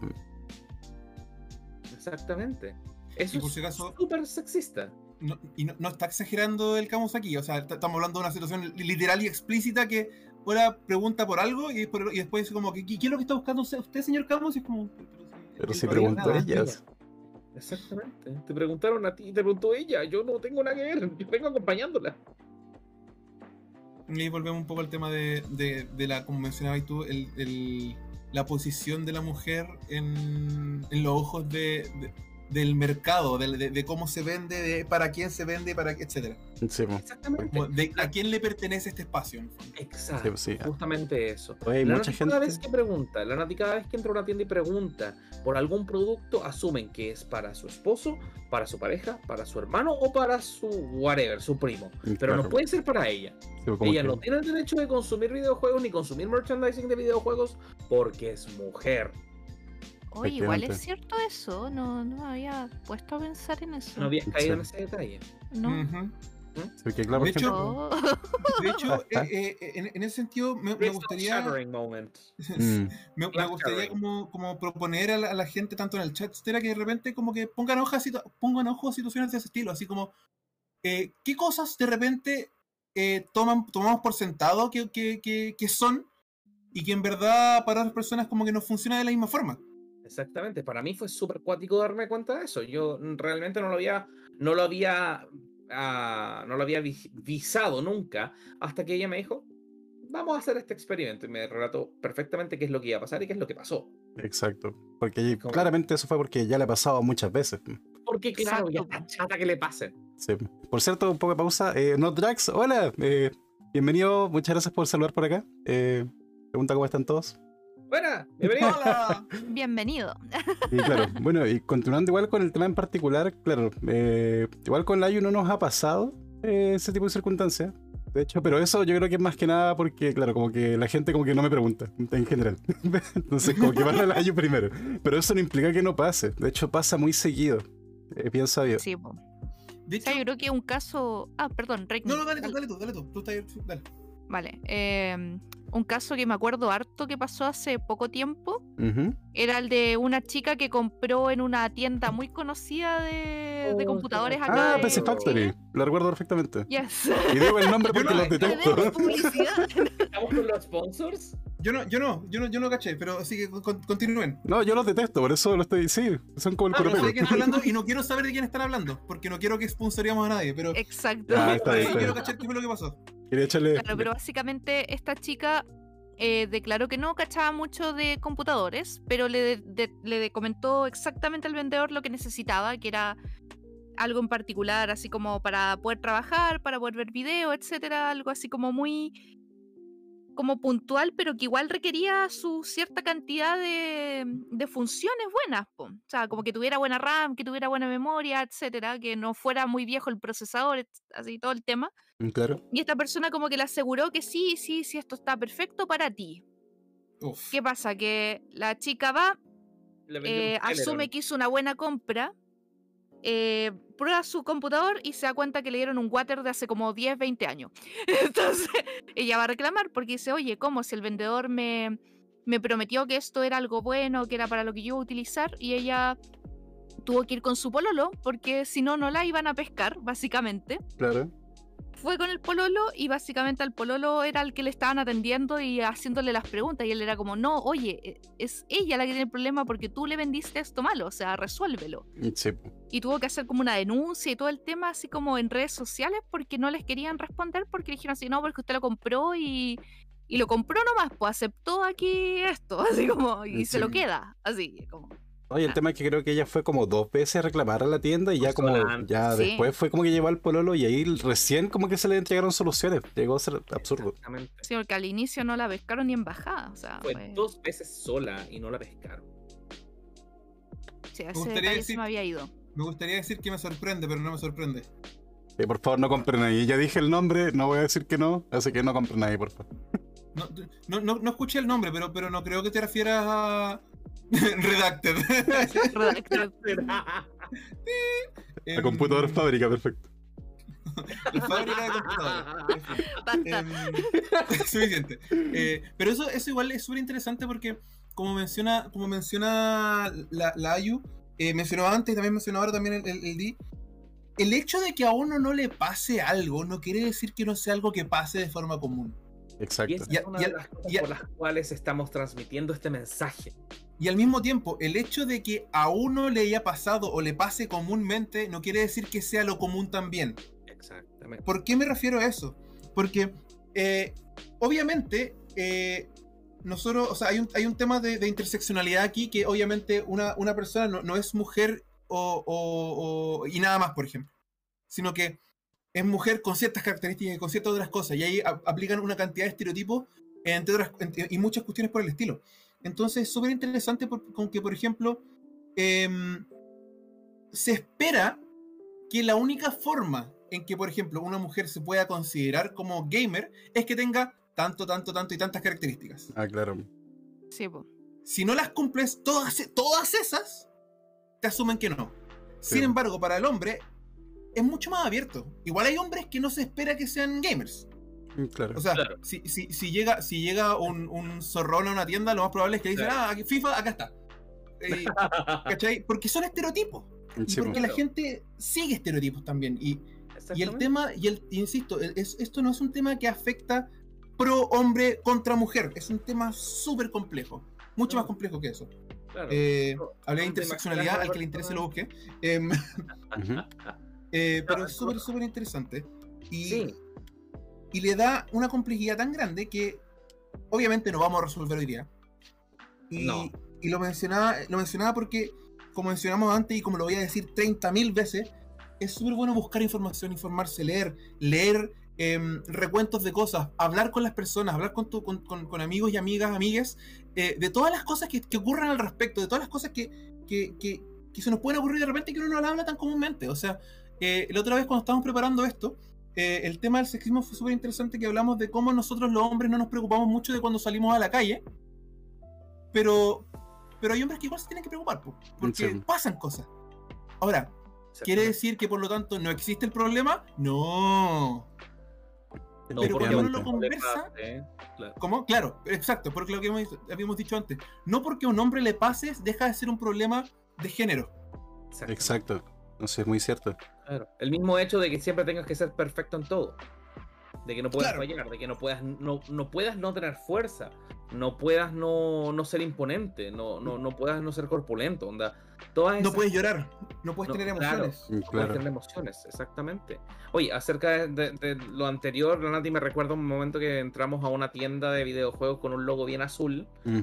Exactamente. Eso y por si acaso, es súper sexista. No está exagerando el Camus aquí. O sea, estamos hablando de una situación literal y explícita que fuera pregunta por algo y después es como, ¿qué es lo que está buscando usted, señor Camus? Y es como, pero si preguntó ellas. Exactamente. Te preguntaron a ti, te preguntó ella. Yo no tengo nada que ver. Yo vengo acompañándola. Y volvemos un poco al tema de la, como mencionabas tú, la posición de la mujer en los ojos del mercado, de cómo se vende, de para quién se vende, etcétera. Sí, exactamente. De a quién le pertenece este espacio. Exacto. Sí. Justamente eso. Oye, mucha gente. Cada vez que pregunta, cada vez que entra a una tienda y pregunta por algún producto, asumen que es para su esposo, para su pareja, para su hermano o para su whatever, su primo. Pero claro, no puede ser para ella. Sí, ella no tiene el derecho de consumir videojuegos ni consumir merchandising de videojuegos porque es mujer. Oye, igual es cierto eso, no me había puesto a pensar en eso. No habías caído en ese detalle. No. Porque, claro, de hecho, en ese sentido me gustaría como proponer a la gente tanto en el chat, etcétera, que de repente como que pongan ojo situaciones de ese estilo, así como qué cosas de repente tomamos por sentado que son y que en verdad para otras personas como que no funciona de la misma forma. Exactamente, para mí fue súper cuático darme cuenta de eso. Yo realmente no lo había visado nunca hasta que ella me dijo, vamos a hacer este experimento, y me relató perfectamente qué es lo que iba a pasar y qué es lo que pasó. Exacto, porque claramente eso fue porque ya le ha pasado muchas veces. Porque claro, ya está chata que le pase. Sí. Por cierto, un poco de pausa. Notrax, hola, bienvenido, muchas gracias por saludar por acá. Pregunta cómo están todos. Buena, bienvenido. Hola. Bienvenido. Y claro, bueno, y continuando igual con el tema en particular, claro, igual con Layu no nos ha pasado ese tipo de circunstancias. De hecho, pero eso yo creo que es más que nada porque, claro, como que la gente como que no me pregunta, en general. Entonces, como que van a Layu primero. Pero eso no implica que no pase. De hecho, pasa muy seguido. Bien sabido. Sí, de hecho, o sea, yo creo que un caso... perdón, Rick. No, dale tú. Tú estás ahí, dale. Vale. Un caso que me acuerdo harto que pasó hace poco tiempo Ujú. era el de una chica que compró en una tienda muy conocida de computadores acá Ah, de PC Factory. Chile. La recuerdo perfectamente. Yes. Y digo el nombre porque los Le detesto. demos publicidad. ¿Estamos con los sponsors? Yo no caché, pero así que continúen. No, yo los detesto, por eso lo estoy. Sí, son como el No sé curopelo. de quién están hablando y no quiero saber de quién están hablando, porque no quiero que sponsoriamos a nadie, pero Exacto. Ah, está bien, sí está quiero bien. cachar qué fue lo que pasó. Quería echarle. Claro, pero básicamente esta chica declaró que no cachaba mucho de computadores, pero le comentó exactamente al vendedor lo que necesitaba, que era algo en particular, así como para poder trabajar, para poder ver video, etcétera, algo así como muy como puntual, pero que igual requería su cierta cantidad de funciones buenas, po. O sea, como que tuviera buena RAM, que tuviera buena memoria, etcétera, que no fuera muy viejo el procesador, así todo el tema. Claro. Y esta persona como que le aseguró que sí, esto está perfecto para ti. Uf. ¿Qué pasa? Que la chica va, Le vendió un asume Celeron. que hizo una buena compra, prueba su computador y se da cuenta que le dieron un water de hace como 10, 20 años. Entonces ella va a reclamar porque dice, oye, ¿cómo? Si el vendedor me prometió que esto era algo bueno, que era para lo que yo iba a utilizar, y ella tuvo que ir con su pololo porque si no, no la iban a pescar, básicamente. Claro. Fue con el pololo y básicamente al pololo era el que le estaban atendiendo y haciéndole las preguntas y él era como, no, oye, es ella la que tiene el problema porque tú le vendiste esto malo, o sea, resuélvelo. Sí. Y tuvo que hacer como una denuncia y todo el tema así como en redes sociales porque no les querían responder porque le dijeron así, no, porque usted lo compró y lo compró nomás, pues aceptó aquí esto, así como, y se Sí. lo queda, así como. Oye, el tema es que creo que ella fue como 2 veces a reclamar a la tienda y ya como ya Sí. después fue como que llevó al pololo y ahí recién como que se le entregaron soluciones. Llegó a ser absurdo. Exactamente. Sí, porque al inicio no la pescaron ni en bajada, o sea, Fue 2 veces sola y no la pescaron. sí, ese gustaría detalle decir- se me había ido. Me gustaría decir que me sorprende, pero no me sorprende. Por favor, no compren ahí. Ya dije el nombre, no voy a decir que no, así que no compren ahí, por favor. No escuché el nombre, pero no creo que te refieras a Redacted. Redacted. La computadora fábrica, perfecto. La fábrica de computadores. Basta. Suficiente. Pero eso igual es súper interesante porque, como menciona la Ayu, mencionó antes y también mencionó ahora también el Di, el hecho de que a uno no le pase algo no quiere decir que no sea algo que pase de forma común. Y Exacto. esa Ya- es una ya- de las cosas ya- por las cuales estamos transmitiendo este mensaje. Y al mismo tiempo, el hecho de que a uno le haya pasado o le pase comúnmente no quiere decir que sea lo común también. Exactamente. ¿Por qué me refiero a eso? Porque obviamente nosotros, o sea, hay un tema de interseccionalidad aquí que obviamente una persona no es mujer y nada más, por ejemplo, sino que es mujer con ciertas características y con ciertas otras cosas, y ahí aplican una cantidad de estereotipos y muchas cuestiones por el estilo. Entonces es súper interesante con que, por ejemplo, se espera que la única forma en que, por ejemplo, una mujer se pueda considerar como gamer es que tenga tanto y tantas características. Ah, claro. Sí, po. Si no las cumples todas esas, te asumen que no. Sí. Sin embargo, para el hombre es mucho más abierto. Igual hay hombres que no se espera que sean gamers. Claro. O sea, Claro. si llega un zorrón a una tienda, lo más probable es que dice, Claro. aquí FIFA, acá está. ¿Cachai? Porque son estereotipos. Y Sí, porque po. la gente sigue estereotipos también. Y el Exactamente. tema, insisto, esto no es un tema que afecta pro hombre contra mujer. Es un tema súper complejo. Mucho No. más complejo que eso. Claro. Hablé de ¿Te interseccionalidad, imaginas al que le una interese persona? lo busque. Ujú. Pero es súper interesante. Y, Sí. y le da una complejidad tan grande que obviamente no vamos a resolver hoy día. Y, No. y lo mencionaba porque, como mencionamos antes y como lo voy a decir 30.000 veces, es súper bueno buscar información, informarse, leer recuentos de cosas, hablar con las personas, hablar con amigos y amigues, de todas las cosas que ocurran al respecto, de todas las cosas que se nos pueden ocurrir de repente que uno no las habla tan comúnmente. O sea, la otra vez cuando estábamos preparando esto, el tema del sexismo fue súper interesante, que hablamos de cómo nosotros los hombres no nos preocupamos mucho de cuando salimos a la calle, pero hay hombres que igual se tienen que preocupar, porque Sí. pasan cosas. Ahora, ¿quiere decir que por lo tanto no existe el problema? No. No, pero porque cuando Efectivamente. uno lo conversa, Claro. ¿cómo? Claro, exacto, porque lo que habíamos dicho antes. No porque a un hombre le pases, deja de ser un problema de género. Exacto. No sé, es muy cierto. Claro. El mismo hecho de que siempre tengas que ser perfecto en todo. De que no puedas Claro. fallar, de que no puedas no tener fuerza, no puedas no ser imponente, no puedas no ser corpulento, onda. Todas No esas puedes llorar, no puedes No, tener claro. emociones. No puedes Claro. tener emociones, exactamente. Oye, acerca de lo anterior, la Nati me recuerda un momento que entramos a una tienda de videojuegos con un logo bien azul. Mm.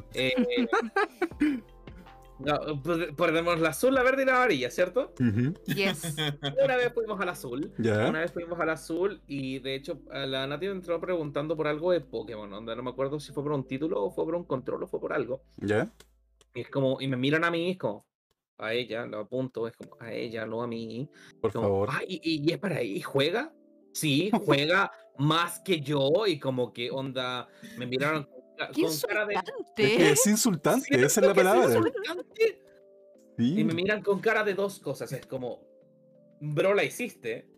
No, ponemos la azul, la verde y la amarilla, ¿cierto? Ujú. Yes. Una vez fuimos al azul. Ya. Una vez fuimos al azul y de hecho la Nati me entró preguntando por algo de Pokémon, onda, no me acuerdo si fue por un título o fue por un control o fue por algo. Ya. Y es como, y me miran a mí, es como, a ella, lo apunto, es como, a ella, no a mí. Por Como, favor. "Ah, ¿y es para ahí? ¿Juega? Sí, juega más que yo", y como que onda, me miraron ¡Qué con cara de... Es que insultante! es insultante, esa es ¿Cierto la que palabra. insultante? Y me Sí. miran con cara de dos cosas, es como, bro, la hiciste.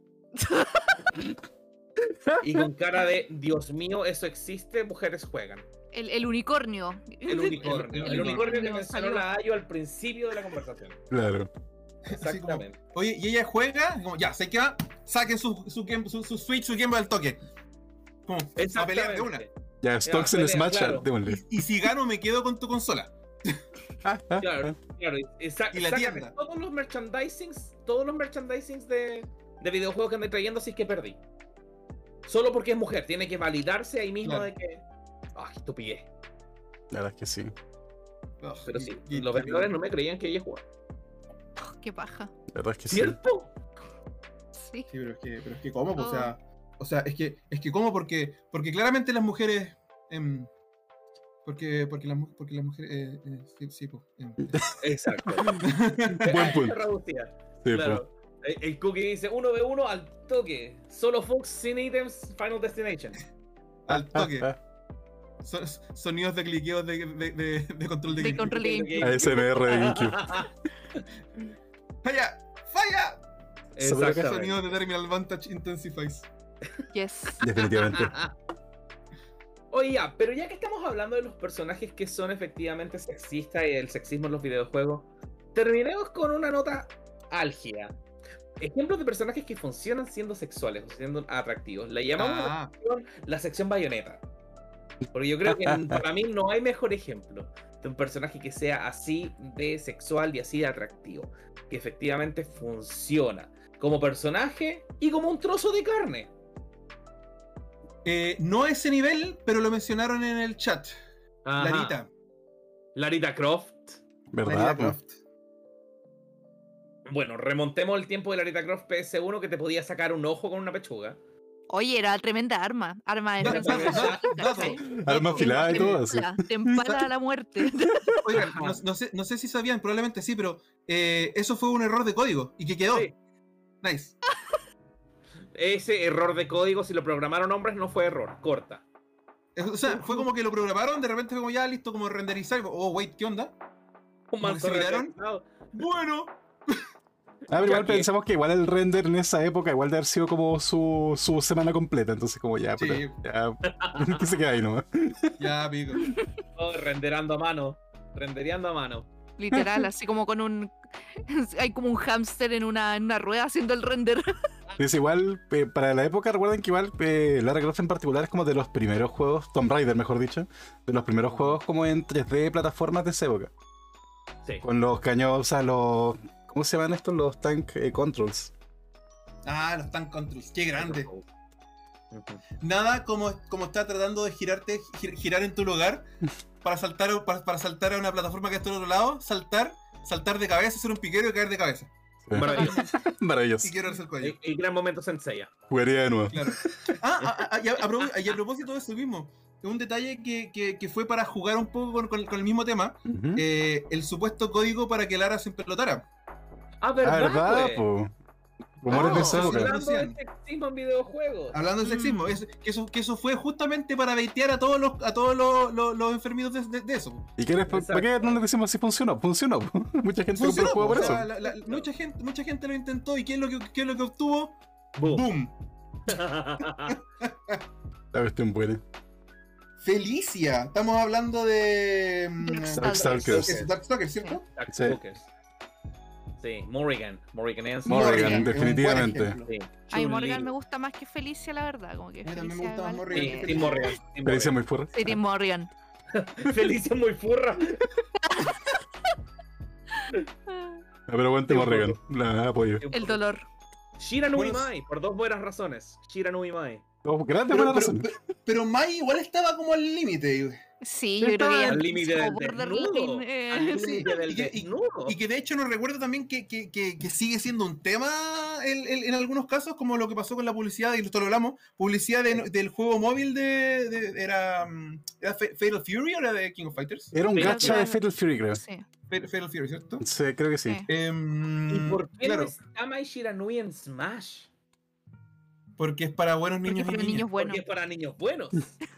Y con cara de, Dios mío, eso existe, mujeres juegan. El unicornio. El unicornio. El unicornio que mencionó salió. la Ayo al principio de la conversación. Claro. Así como, Exactamente. oye, y ella juega, como, ya, sé que va, saquen su Switch, su Game Boy al toque. Como, a pelear de una. Exactamente. Ya, stocks en pelea, Smash, claro. démosle. Y si gano, me quedo con tu consola. Claro, claro. Y la Sácate tienda. todos los merchandisings de videojuegos que ande trayendo si es que perdí. Solo porque es mujer, tiene que validarse ahí mismo Claro. de que. ¡Ay, estupidez! La verdad es que sí. Ugh, Pero sí, y- los vendedores no me creían que ella jugaba. Oh, ¡Qué paja! La verdad es que sí. ¿Cierto? Sí. Sí, pero es que ¿cómo? Pues, Oh. o sea, es que ¿cómo? Porque claramente las mujeres, porque las mujeres, sí, pues, Exacto. Buen punto. Reducida. Sí, Claro. El Cookie dice 1v1 al toque. Solo Fox sin ítems, Final Destination. al toque. Ah, Sonidos de cliqueo de control de De GameCube. control de GameCube. ASMR de GameCube. ¡Falla! ¡Falla! Exactamente. Sonidos de Terminal Vantage Intensifies. Yes. Definitivamente. Oye, ya, pero ya que estamos hablando de los personajes que son efectivamente sexistas y el sexismo en los videojuegos, terminemos con una nota álgida. Ejemplos de personajes que funcionan siendo sexuales o siendo atractivos. Le llamamos la sección bayoneta. Porque yo creo que para mí no hay mejor ejemplo de un personaje que sea así de sexual y así de atractivo. Que efectivamente funciona como personaje y como un trozo de carne. No a ese nivel, pero lo mencionaron en el chat. Ajá. Larita. Larita Croft. ¿Verdad? Larita po? Croft. Bueno, remontemos el tiempo de Larita Croft PS1 que te podía sacar un ojo con una pechuga. Oye, era tremenda arma. Arma de defensa personal, Dato. ¿cachai? Arma afilada y todo así. Te empala a la muerte. Oigan, no sé si sabían, probablemente sí, pero eso fue un error de código y que quedó. Sí. Nice. Ese error de código, si lo programaron hombres, no fue error. Corta. O sea, fue como que lo programaron, de repente fue como ya listo, como renderizar. Oh, wait, ¿qué onda? Un ¿Cómo que manso se miraron? renderizado. Bueno. Pero igual ¿Qué? pensamos que igual el render en esa época igual de haber sido como su semana completa, entonces como ya, Sí. pero ya que se queda ahí nomás. Ya, pico. Oh, renderando a mano. Rendereando a mano. Literal, así como con un. Hay como un hámster en una rueda haciendo el render. Es igual, para la época recuerden que igual Lara Croft en particular es como de los primeros juegos, Tomb Raider mejor dicho, de los primeros juegos como en 3D plataformas de esa época. Sí. Con los caños, o sea, los... ¿Cómo se llaman estos? Los tank controls. Ah, los tank controls. Qué grande. Ujú. Nada como está tratando de girar en tu lugar para saltar a una plataforma que está al otro lado, saltar de cabeza, hacer un piquero y caer de cabeza. Sí. Maravilloso. Maravilloso. Y quebrarse el cuello. El gran momento Senseiya. Jugaría de nuevo. Claro. Y a propósito de eso mismo, un detalle que fue para jugar un poco con el mismo tema, Ujú. el supuesto código para que Lara se pelotara. Ah, ¿verdad? ¿Verdad, pues? po? Rumores Ah, de esa sí, época. sí. hablando de sexismo en videojuegos. Hablando de sexismo, que eso fue justamente para baitear a todos los enfermitos de eso. ¿Y qué ¿para Exacto. qué no les decimos si funcionó? Funcionó. Mucha gente compró el Funcionó, juego por o eso. sea, mucha gente lo intentó y ¿qué es lo que obtuvo? Boom. ¡Boom! La cuestión buena. Felicia. Estamos hablando de. Darkstalkers. Darkstalkers, ¿cierto? Darkstalkers. Sí, Morrigan. Morrigan, Morrigan, definitivamente. es un buen ejemplo. Sí. Ay, Chun-Li. Morgan me gusta más que Felicia, la verdad. Como que A mí también me Felicia gusta más igual- Morrigan. Sí, Team Morrigan. Team Felicia Morrigan. muy furra. Sí, Tim Morgan. Felicia muy furra. No, pero aguante Morrigan. La apoyo. El dolor. Shira no Bueno, Mai, por dos buenas razones. Shira no Mai. Oh, grande Pero, buena pero, razón. pero Mai igual estaba como al límite. Sí, Sí, yo creo que ya Al límite del como desnudo. borderline, Al Sí, límite del y que- desnudo. Y que de hecho nos recuerda también que sigue siendo un tema en algunos casos, como lo que pasó con la publicidad, y esto lo hablamos, publicidad del juego móvil ¿era Fatal Fury o era de King of Fighters? Era un Pero- gacha de Fatal Fury, creo. Sí. Fatal Fury, ¿cierto? Sí, creo que sí. Sí. ¿Y por qué Claro, no está Mai Shiranui en Smash? porque es para buenos Porque niños y para niñas. niños buenos. Porque es para niños buenos.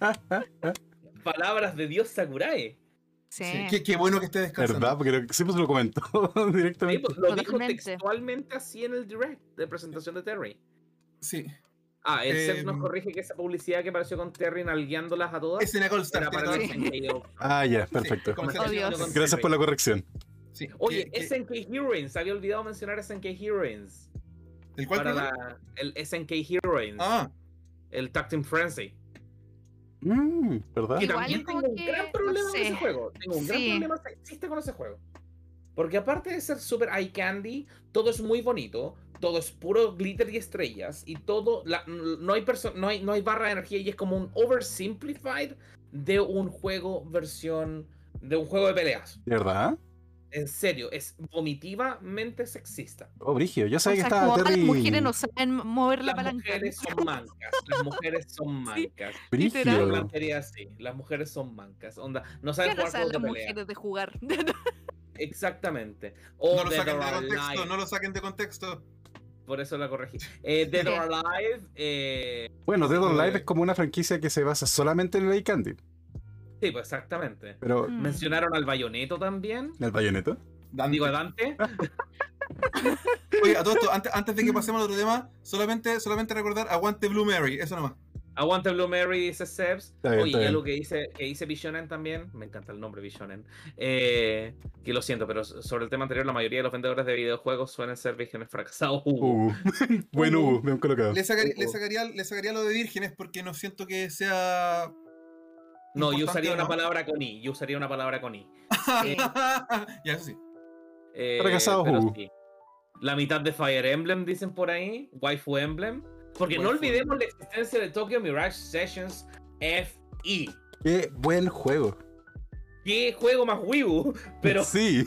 Palabras de Dios Sakurai. Sí. Sí, qué bueno que esté descansando. ¿Verdad? Porque creo que siempre se lo comentó Sí, directamente. pues, lo dijo Totalmente. textualmente así en el direct de presentación de Terry. Sí. Ah, el Seth nos Em, corrige que esa publicidad que apareció con Terry nalgueándolas a todas Es en Gold Star. era para tiene el toda razón. SNK. Ah, ya, perfecto. Sí, como Oh, Dios. Gracias por la corrección. Sí, Oye, que- SNK Heroines, había olvidado mencionar SNK Heroines. ¿El cual, Para perdón? el SNK Heroines, Ah, el Tag Team Frenzy. ¿Verdad? Que Igual también como tengo un que, gran no problema con sé. ese juego. Tengo un gran Sí. problema sexista con ese juego. Porque aparte de ser super eye candy, todo es muy bonito, todo es puro glitter y estrellas, y todo, no hay barra de energía y es como un oversimplified de un juego de un juego de peleas. ¿De verdad? En serio, es vomitivamente sexista. Oh, Brigio. Yo O sabía sea, que estaba como Terry. las mujeres no saben mover la Las palanca. mujeres son mancas, las mujeres son Sí. mancas. Yo literal. lo Brigio. plantearía así, las mujeres son mancas, onda, no saben ¿Qué no jugar saben juegos las de pelea. mujeres de jugar? Exactamente. O no lo Dead saquen or de Alive. contexto, no lo saquen de contexto. Por eso la corregí. Dead or Alive. Bueno, Dead or Alive es como una franquicia que se basa solamente en el Lake Candy. Sí, pues exactamente. Pero, Mm. Mencionaron al Bayoneto también. ¿el Bayonetta? Dante. Digo, a Dante. Oye, a todo esto, antes de que pasemos al otro tema, solamente recordar, aguante Blue Mary, eso nomás. Aguante Blue Mary, dice Sebs. Está bien, Oye, está y bien. algo que dice Bishonen también. Me encanta el nombre Bishonen. Que lo siento, pero sobre el tema anterior, la mayoría de los vendedores de videojuegos suelen ser vírgenes fracasados. Bueno, me han colocado. Le sacaría lo de vírgenes porque no siento que sea. No, yo importante, usaría una ¿no? palabra con I. Sí. Ya, eso sí. Fracasados, pero Hugo. sí. La mitad de Fire Emblem, dicen por ahí. Waifu Emblem. Porque no Waifu olvidemos la existencia de Tokyo Mirage Sessions FE. Qué buen juego. ¿Qué juego más Wibu? Pero Sí.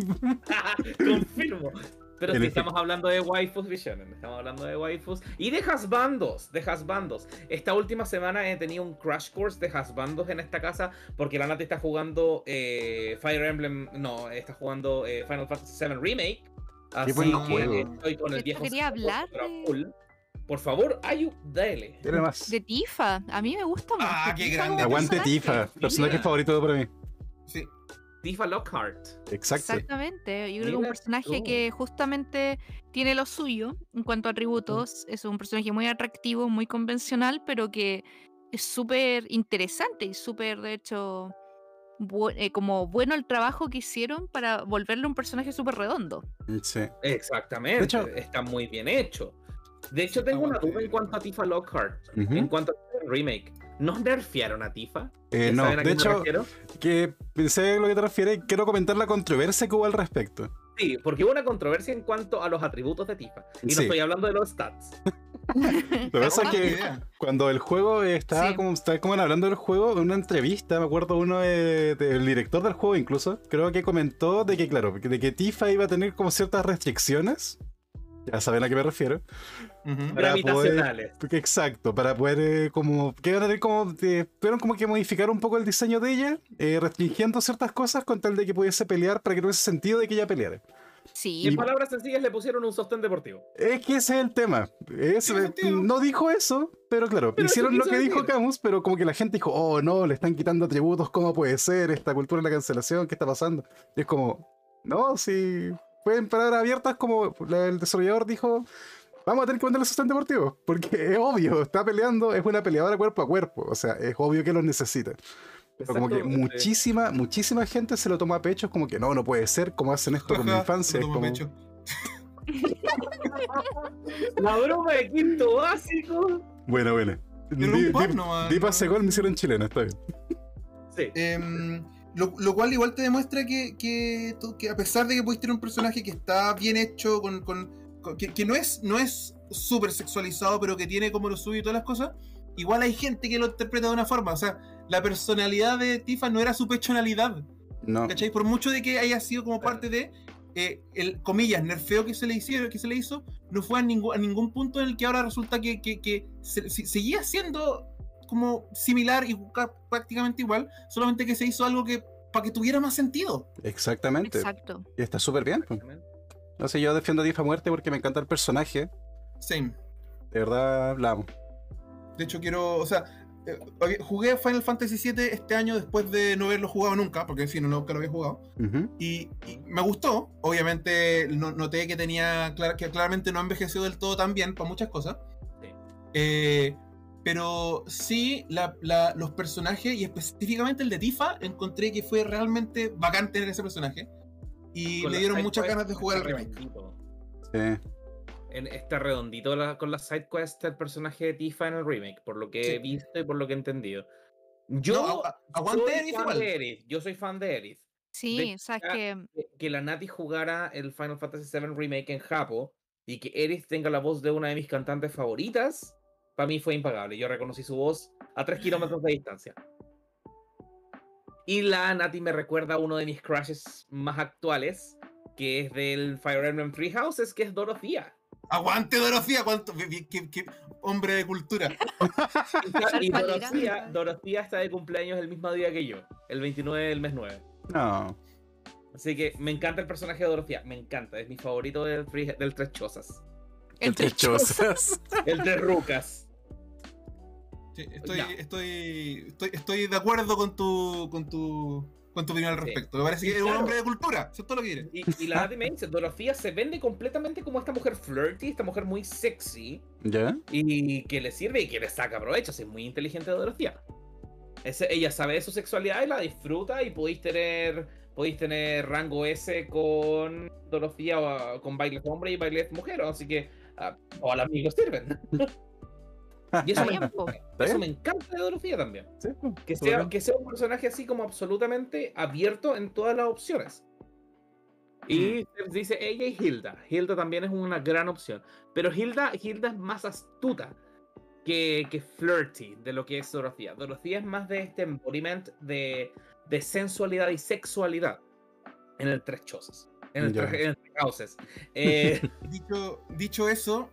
confirmo. Pero sí, En estamos hablando de waifus, Visionen. Estamos hablando de waifus. Y de husbandos. Esta última semana he tenido un crash course de husbandos en esta casa. Porque la Nati está jugando Fire Emblem. No, está jugando Final Fantasy VII Remake. Así buen que juego. estoy con el Yo viejo. quería hablar pero de- full. Por favor, Ayu, dale. Tiene más. De Tifa. A mí me gusta mucho. Ah, qué Tifa grande. como Aguante personaje. Tifa. Personaje Mira. favorito para mí. Sí. Tifa Lockhart. Exacto. Exactamente. Yo creo que un Mira personaje tú. que justamente tiene lo suyo en cuanto a atributos. Es un personaje muy atractivo, muy convencional, pero que es súper interesante y súper, de hecho, como bueno el trabajo que hicieron para volverle un personaje súper redondo. Sí. Exactamente. De hecho- está muy bien hecho. De hecho, tengo una Aguante. duda en cuanto a Tifa Lockhart. Ujú. En cuanto al remake. ¿Nos nerfearon a Tifa? ¿Ya No, saben a de qué me hecho, refiero? que sé a lo que te refieres. Quiero comentar la controversia que hubo al respecto. Sí, porque hubo una controversia en cuanto a los atributos de Tifa. Y no Sí. estoy hablando de los stats. Lo que pasa es Ah, que idea. cuando el juego estaba Sí. como hablando del juego, en una entrevista, me acuerdo uno del director del juego incluso, creo que comentó de que, claro, de que Tifa iba a tener como ciertas restricciones. Ya saben a qué me refiero. Ujú. Para Gravitacionales. Exacto, para poder como que iban a tener como tuvieron como que modificar un poco el diseño de ella, restringiendo ciertas cosas con tal de que pudiese pelear para que no hubiese sentido de que ella peleara. Sí, Y en palabras sencillas le pusieron un sostén deportivo. Es que ese es el tema. Tiene sentido. No dijo eso, pero claro, Pero hicieron eso lo quiso que dijo decir. Camus, pero como que la gente dijo, oh no, le están quitando atributos, ¿cómo puede ser? Esta cultura de la cancelación, ¿qué está pasando? Y es como, no, si pueden palabras abiertas, como el desarrollador dijo, vamos a tener que mandarle a sostén deportivo, porque es obvio, está peleando, es una peleadora cuerpo a cuerpo, o sea, es obvio que los necesita. Pero como que Exactamente. muchísima gente se lo toma a pecho, es como que no puede ser, como hacen esto con mi Jaja, infancia. lo Es tomo como, pecho. La broma de quinto básico. bueno. Pero un par nomás, Di ¿no? pase gol, me hicieron chilena, está bien. Sí. Lo cual igual te demuestra que a pesar de que pudiste tener un personaje que está bien hecho, que no es súper sexualizado, pero que tiene como lo suyo y todas las cosas, igual hay gente que lo interpreta de una forma. O sea, la personalidad de Tifa no era su pechonalidad, No, ¿cachai? Por mucho de que haya sido como parte de el, comillas, nerfeo que se le hizo, no fue a ningún punto en el que ahora resulta que seguía siendo como similar y prácticamente igual, solamente que se hizo algo que para que tuviera más sentido. exactamente. Exacto. Y está súper bien. Pues. No sé, yo defiendo a Tifa a muerte porque me encanta el personaje. Same. De verdad, la amo. De hecho, jugué Final Fantasy VII este año después de no haberlo jugado nunca, porque en fin, nunca lo había jugado. Y me gustó. Obviamente noté que que claramente no envejeció del todo tan bien para muchas cosas. Sí. Pero sí, los personajes, y específicamente el de Tifa, encontré que fue realmente bacán tener ese personaje. Y Con me la dieron side muchas quest ganas de jugar el está remake. redondito. Sí. Está redondito con la side quest el personaje de Tifa en el remake, por lo que he Sí. visto y por lo que he entendido. No, Yo aguante soy Aerith fan igual. de Aerith. Yo soy fan de Aerith. De Sí, hecho, sabes que que la Nati jugara el Final Fantasy VII Remake en Japo y que Aerith tenga la voz de una de mis cantantes favoritas, para mí fue impagable. Yo reconocí su voz a 3 kilómetros de distancia. Y la Nati me recuerda a uno de mis crushes más actuales, que es del Fire Emblem Three Houses, que es Dorothea. Aguante Dorothea, cuánto qué hombre de cultura. Y ¿cuál era? Dorothea está de cumpleaños el mismo día que yo, el 29 del mes 9. No. Así que me encanta el personaje de Dorothea, me encanta, es mi favorito del Tres Chozas. El Trechosas. El Tres Rucas. Sí, Ya. estoy de acuerdo con tu opinión al respecto. Me parece que es un hombre de cultura, eso es todo lo que diré. Y la Nati me dice, Dorothea se vende completamente como esta mujer flirty, esta mujer muy sexy, ¿Ya? y que le sirve y que le saca provecho. Es muy inteligente Dorothea. Ella sabe de su sexualidad y la disfruta, y podéis tener rango S con Dorothea o con bailes hombre y bailes mujer, así que o a las amigos sirven. Y eso, Está bien, po. eso me encanta de Dorothea también. Sí, pues, Que súper sea, bien. que sea un personaje así como absolutamente abierto en todas las opciones. Y dice ella y Hilda. Hilda también es una gran opción. Pero Hilda es más astuta que flirty de lo que es Dorothea. Dorothea es más de este embodiment de sensualidad y sexualidad en el Tres Chozas. En el Ya. Tres Houses. Dicho eso,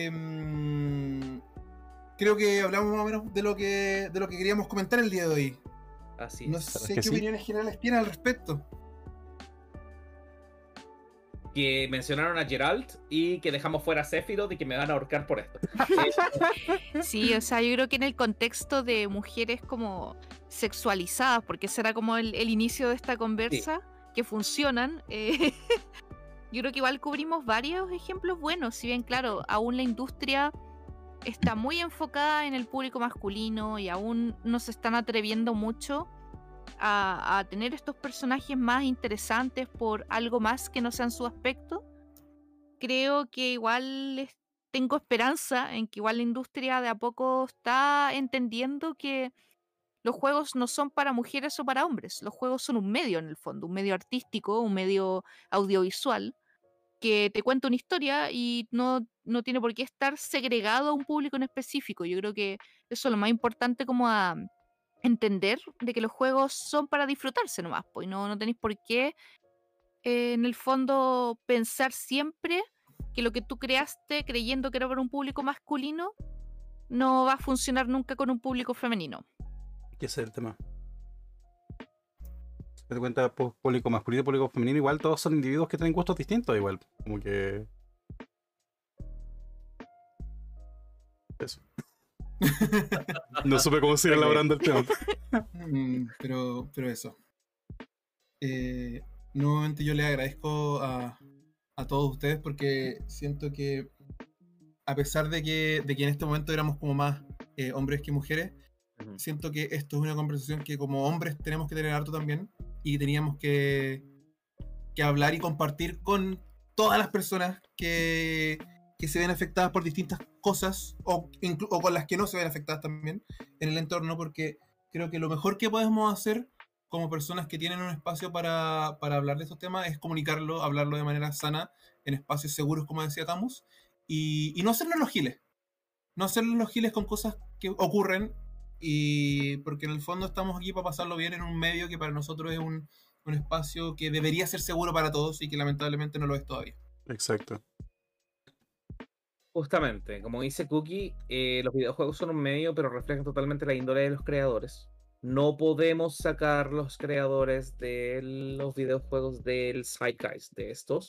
creo que hablamos más o menos de lo que queríamos comentar el día de hoy. Así No es. sé que qué sí? opiniones generales tienen al respecto. Que mencionaron a Geralt y que dejamos fuera a Sephiroth y que me van a ahorcar por esto. Sí, o sea, yo creo que en el contexto de mujeres como sexualizadas, porque ese era como el inicio de esta conversa, que funcionan, yo creo que igual cubrimos varios ejemplos buenos, si bien claro, aún la industria está muy enfocada en el público masculino y aún no se están atreviendo mucho a tener estos personajes más interesantes por algo más que no sean su aspecto. Creo que igual tengo esperanza en que igual la industria de a poco está entendiendo que los juegos no son para mujeres o para hombres. Los juegos son un medio en el fondo, un medio artístico, un medio audiovisual que te cuenta una historia y no tiene por qué estar segregado a un público en específico. Yo creo que eso es lo más importante como a entender, de que los juegos son para disfrutarse nomás, pues no tenéis por qué en el fondo pensar siempre que lo que tú creaste creyendo que era para un público masculino no va a funcionar nunca con un público femenino. ¿Qué es el tema? Te das cuenta, público masculino y público femenino, igual todos son individuos que tienen gustos distintos, igual. Como que. Eso. No supe cómo seguir elaborando el tema. Pero eso. Nuevamente yo le agradezco a todos ustedes porque siento que a pesar de que en este momento éramos como más hombres que mujeres, siento que esto es una conversación que como hombres tenemos que tener harto también, y teníamos que hablar y compartir con todas las personas que se ven afectadas por distintas cosas, o con las que no se ven afectadas también en el entorno, porque creo que lo mejor que podemos hacer como personas que tienen un espacio para hablar de estos temas es comunicarlo, hablarlo de manera sana, en espacios seguros, como decía Camus, y no hacernos los giles. No hacernos los giles con cosas que ocurren, y porque en el fondo estamos aquí para pasarlo bien en un medio que para nosotros es un espacio que debería ser seguro para todos y que lamentablemente no lo es todavía. Exacto. Justamente, como dice Cookie, los videojuegos son un medio, pero reflejan totalmente la índole de los creadores. No podemos sacar los creadores de los videojuegos del zeitgeist de estos.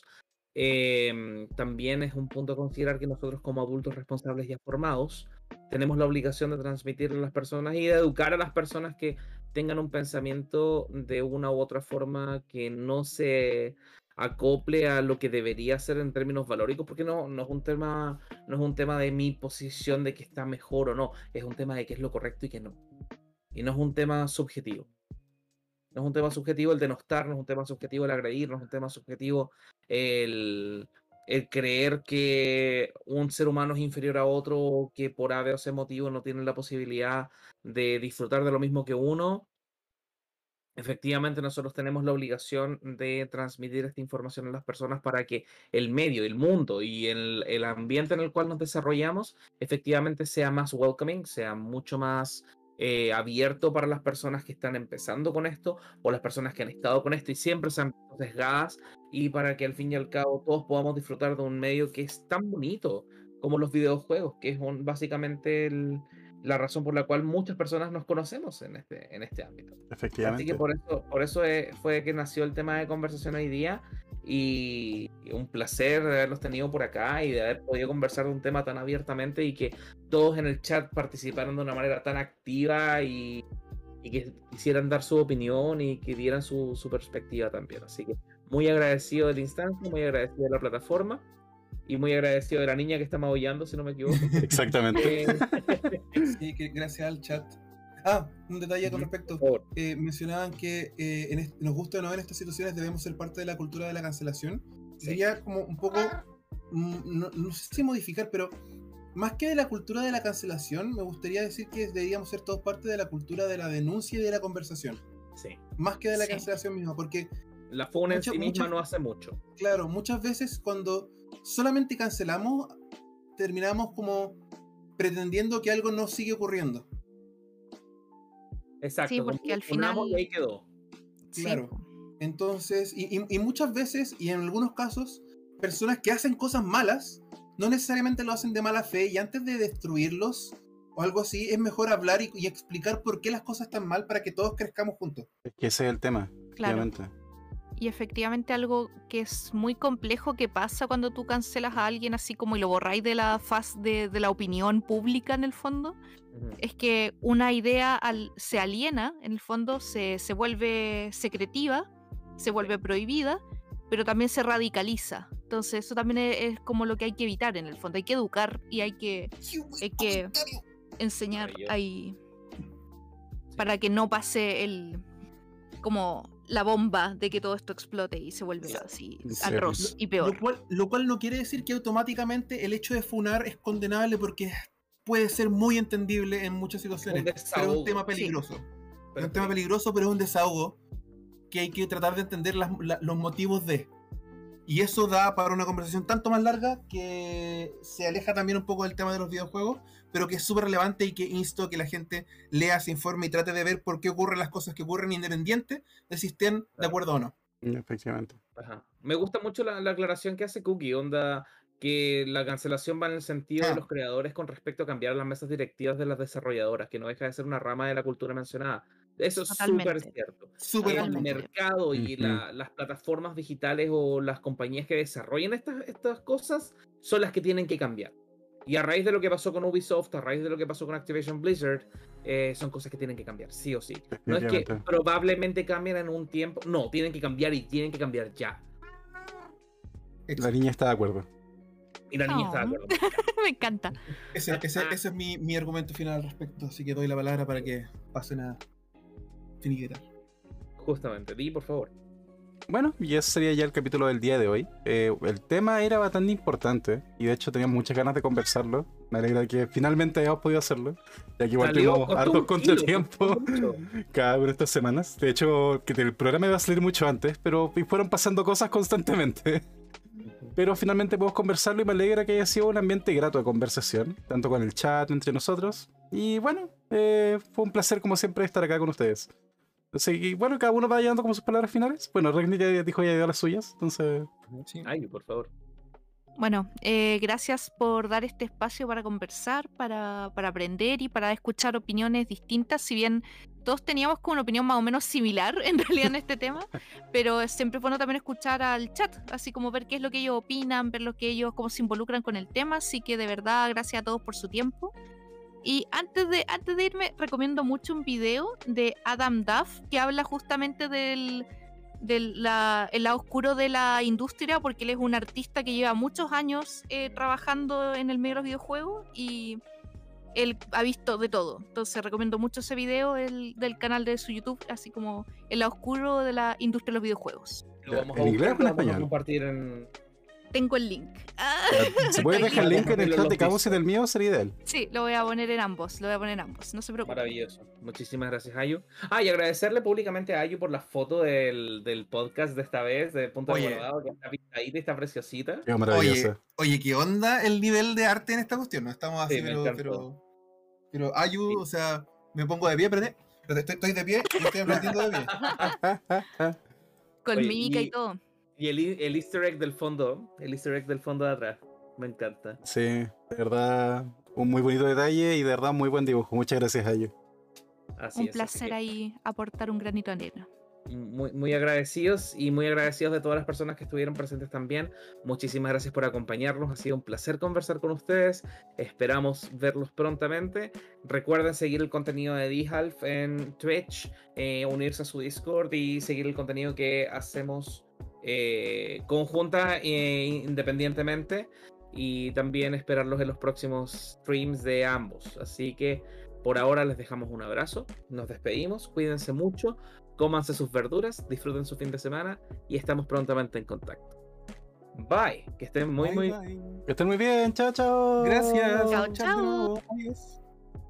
También es un punto a considerar que nosotros como adultos responsables ya formados tenemos la obligación de transmitirle a las personas y de educar a las personas que tengan un pensamiento de una u otra forma que no se acople a lo que debería ser en términos valóricos, porque no es un tema de mi posición de que está mejor o no, es un tema de qué es lo correcto y qué no. Y no es un tema subjetivo. No es un tema subjetivo el denostar, no es un tema subjetivo el agredir, no es un tema subjetivo el creer que un ser humano es inferior a otro, o que por A, B o C motivo no tiene la posibilidad de disfrutar de lo mismo que uno. Efectivamente, nosotros tenemos la obligación de transmitir esta información a las personas para que el medio, el mundo y el ambiente en el cual nos desarrollamos efectivamente sea más welcoming, sea mucho más abierto para las personas que están empezando con esto o las personas que han estado con esto y siempre se han visto sesgadas, y para que al fin y al cabo todos podamos disfrutar de un medio que es tan bonito como los videojuegos, que es básicamente la razón por la cual muchas personas nos conocemos en este ámbito. Efectivamente. Así que por eso fue que nació el tema de conversación hoy día, y un placer de haberlos tenido por acá y de haber podido conversar de un tema tan abiertamente y que todos en el chat participaron de una manera tan activa y que quisieran dar su opinión y que dieran su perspectiva también. Así que muy agradecido del instante, muy agradecido de la plataforma y muy agradecido de la niña que está maullando, si no me equivoco. Exactamente. Sí, que gracias al chat. Un detalle con respecto. Mencionaban que nos gusta o no en estas situaciones debemos ser parte de la cultura de la cancelación. Sí. Sería como un poco, no sé si modificar, pero más que de la cultura de la cancelación, me gustaría decir que deberíamos ser todos parte de la cultura de la denuncia y de la conversación. Sí. Más que de la cancelación misma, porque la funa en sí misma no hace mucho. Claro, muchas veces cuando solamente cancelamos, terminamos como pretendiendo que algo no sigue ocurriendo. Exacto, sí, porque al final y ahí quedó. Claro. Sí. Entonces, y muchas veces, y en algunos casos, personas que hacen cosas malas, no necesariamente lo hacen de mala fe, y antes de destruirlos o algo así, es mejor hablar y explicar por qué las cosas están mal para que todos crezcamos juntos. Es que ese es el tema, Claro. efectivamente. Y efectivamente algo que es muy complejo que pasa cuando tú cancelas a alguien así como y lo borráis de la faz de la opinión pública en el fondo, es que una idea se aliena, en el fondo se vuelve secretiva, se vuelve prohibida, pero también se radicaliza. Entonces eso también es como lo que hay que evitar en el fondo. Hay que educar y hay que enseñar ahí para que no pase como la bomba de que todo esto explote y se vuelve así atroz y peor. Lo cual no quiere decir que automáticamente el hecho de funar es condenable, porque puede ser muy entendible en muchas situaciones. Pero es un tema peligroso. Sí. Es un tema peligroso, pero es un desahogo que hay que tratar de entender los motivos de. Y eso da para una conversación tanto más larga que se aleja también un poco del tema de los videojuegos, pero que es súper relevante y que insto a que la gente lea, se informe y trate de ver por qué ocurren las cosas que ocurren, independiente de si estén de acuerdo o no. Efectivamente. Ajá. Me gusta mucho la aclaración que hace Cookie, onda, que la cancelación va en el sentido de los creadores con respecto a cambiar las mesas directivas de las desarrolladoras, que no deja de ser una rama de la cultura mencionada. Eso es súper cierto. El mercado y las plataformas digitales o las compañías que desarrollan estas cosas son las que tienen que cambiar. Y a raíz de lo que pasó con Ubisoft, a raíz de lo que pasó con Activision Blizzard, son cosas que tienen que cambiar, sí o sí. No es que probablemente cambien en un tiempo, no, tienen que cambiar y tienen que cambiar ya. La niña está de acuerdo. Y la niña estaba de Oh. acuerdo. Me encanta. Ese es mi argumento final al respecto, así que doy la palabra para que pasen a finiquitar. Justamente, Di, por favor. Bueno, y ese sería ya el capítulo del día de hoy. El tema era bastante importante y de hecho teníamos muchas ganas de conversarlo. Me alegra que finalmente hayamos podido hacerlo, ya que igual Salió, tuvimos costó hartos un kilo, contratiempos costó mucho. cada una de estas semanas. De hecho, que el programa iba a salir mucho antes, pero fueron pasando cosas constantemente. Pero finalmente podemos conversarlo y me alegra que haya sido un ambiente grato de conversación, tanto con el chat entre nosotros. Y bueno, fue un placer como siempre estar acá con ustedes. Entonces, y bueno, cada uno va dando como sus palabras finales. Bueno, Regni ya dijo ya dio las suyas, entonces... Sí. Ay, por favor. Bueno, gracias por dar este espacio para conversar, para aprender y para escuchar opiniones distintas. Si bien todos teníamos como una opinión más o menos similar en realidad en este tema, pero siempre es bueno también escuchar al chat, así como ver qué es lo que ellos opinan, ver lo que ellos, cómo se involucran con el tema. Así que de verdad, gracias a todos por su tiempo. Y antes de irme, recomiendo mucho un video de Adam Duff que habla justamente el lado oscuro de la industria, porque él es un artista que lleva muchos años trabajando en el medio de los videojuegos y él ha visto de todo. Entonces recomiendo mucho ese video del canal de su YouTube, así como el lado oscuro de la industria de los videojuegos. Lo vamos a ¿En inglés o buscar, en lo vamos a español? compartir en... Tengo el link. Si puedes dejar el link en el Los chat de Camus y listos. del mío, sería ideal. Sí, lo voy a poner en ambos, no se preocupen. Maravilloso. Muchísimas gracias, Ayu. Ah, y agradecerle públicamente a Ayu por la foto del podcast de esta vez, de Punto de Oye. Guardado, que está pintadita y está preciosita. Qué maravilloso. Oye, ¿qué onda el nivel de arte en esta cuestión? No estamos así, Sí, me encantó. pero Ayu, Sí. o sea, me pongo de pie, espérate. Estoy de pie y estoy aplaudiendo de pie. Con Oye, mímica y todo. Y el easter egg del fondo, de atrás. Me encanta. Sí, de verdad, un muy bonito detalle y de verdad muy buen dibujo. Muchas gracias a ellos. Así Un es, así placer que ahí aportar un granito de arena. muy agradecidos y muy agradecidos de todas las personas que estuvieron presentes también. Muchísimas gracias por acompañarnos. Ha sido un placer conversar con ustedes. Esperamos verlos prontamente. Recuerden seguir el contenido de D-Half en Twitch, unirse a su Discord y seguir el contenido que hacemos conjunta e independientemente. Y también esperarlos en los próximos streams de ambos. Así que por ahora les dejamos un abrazo. Nos despedimos. Cuídense mucho. Cómanse sus verduras, disfruten su fin de semana y estamos prontamente en contacto. Bye, que estén muy, Bye, muy... bye. Que estén muy bien, chao, chao. Gracias. Chao, chao. Adiós.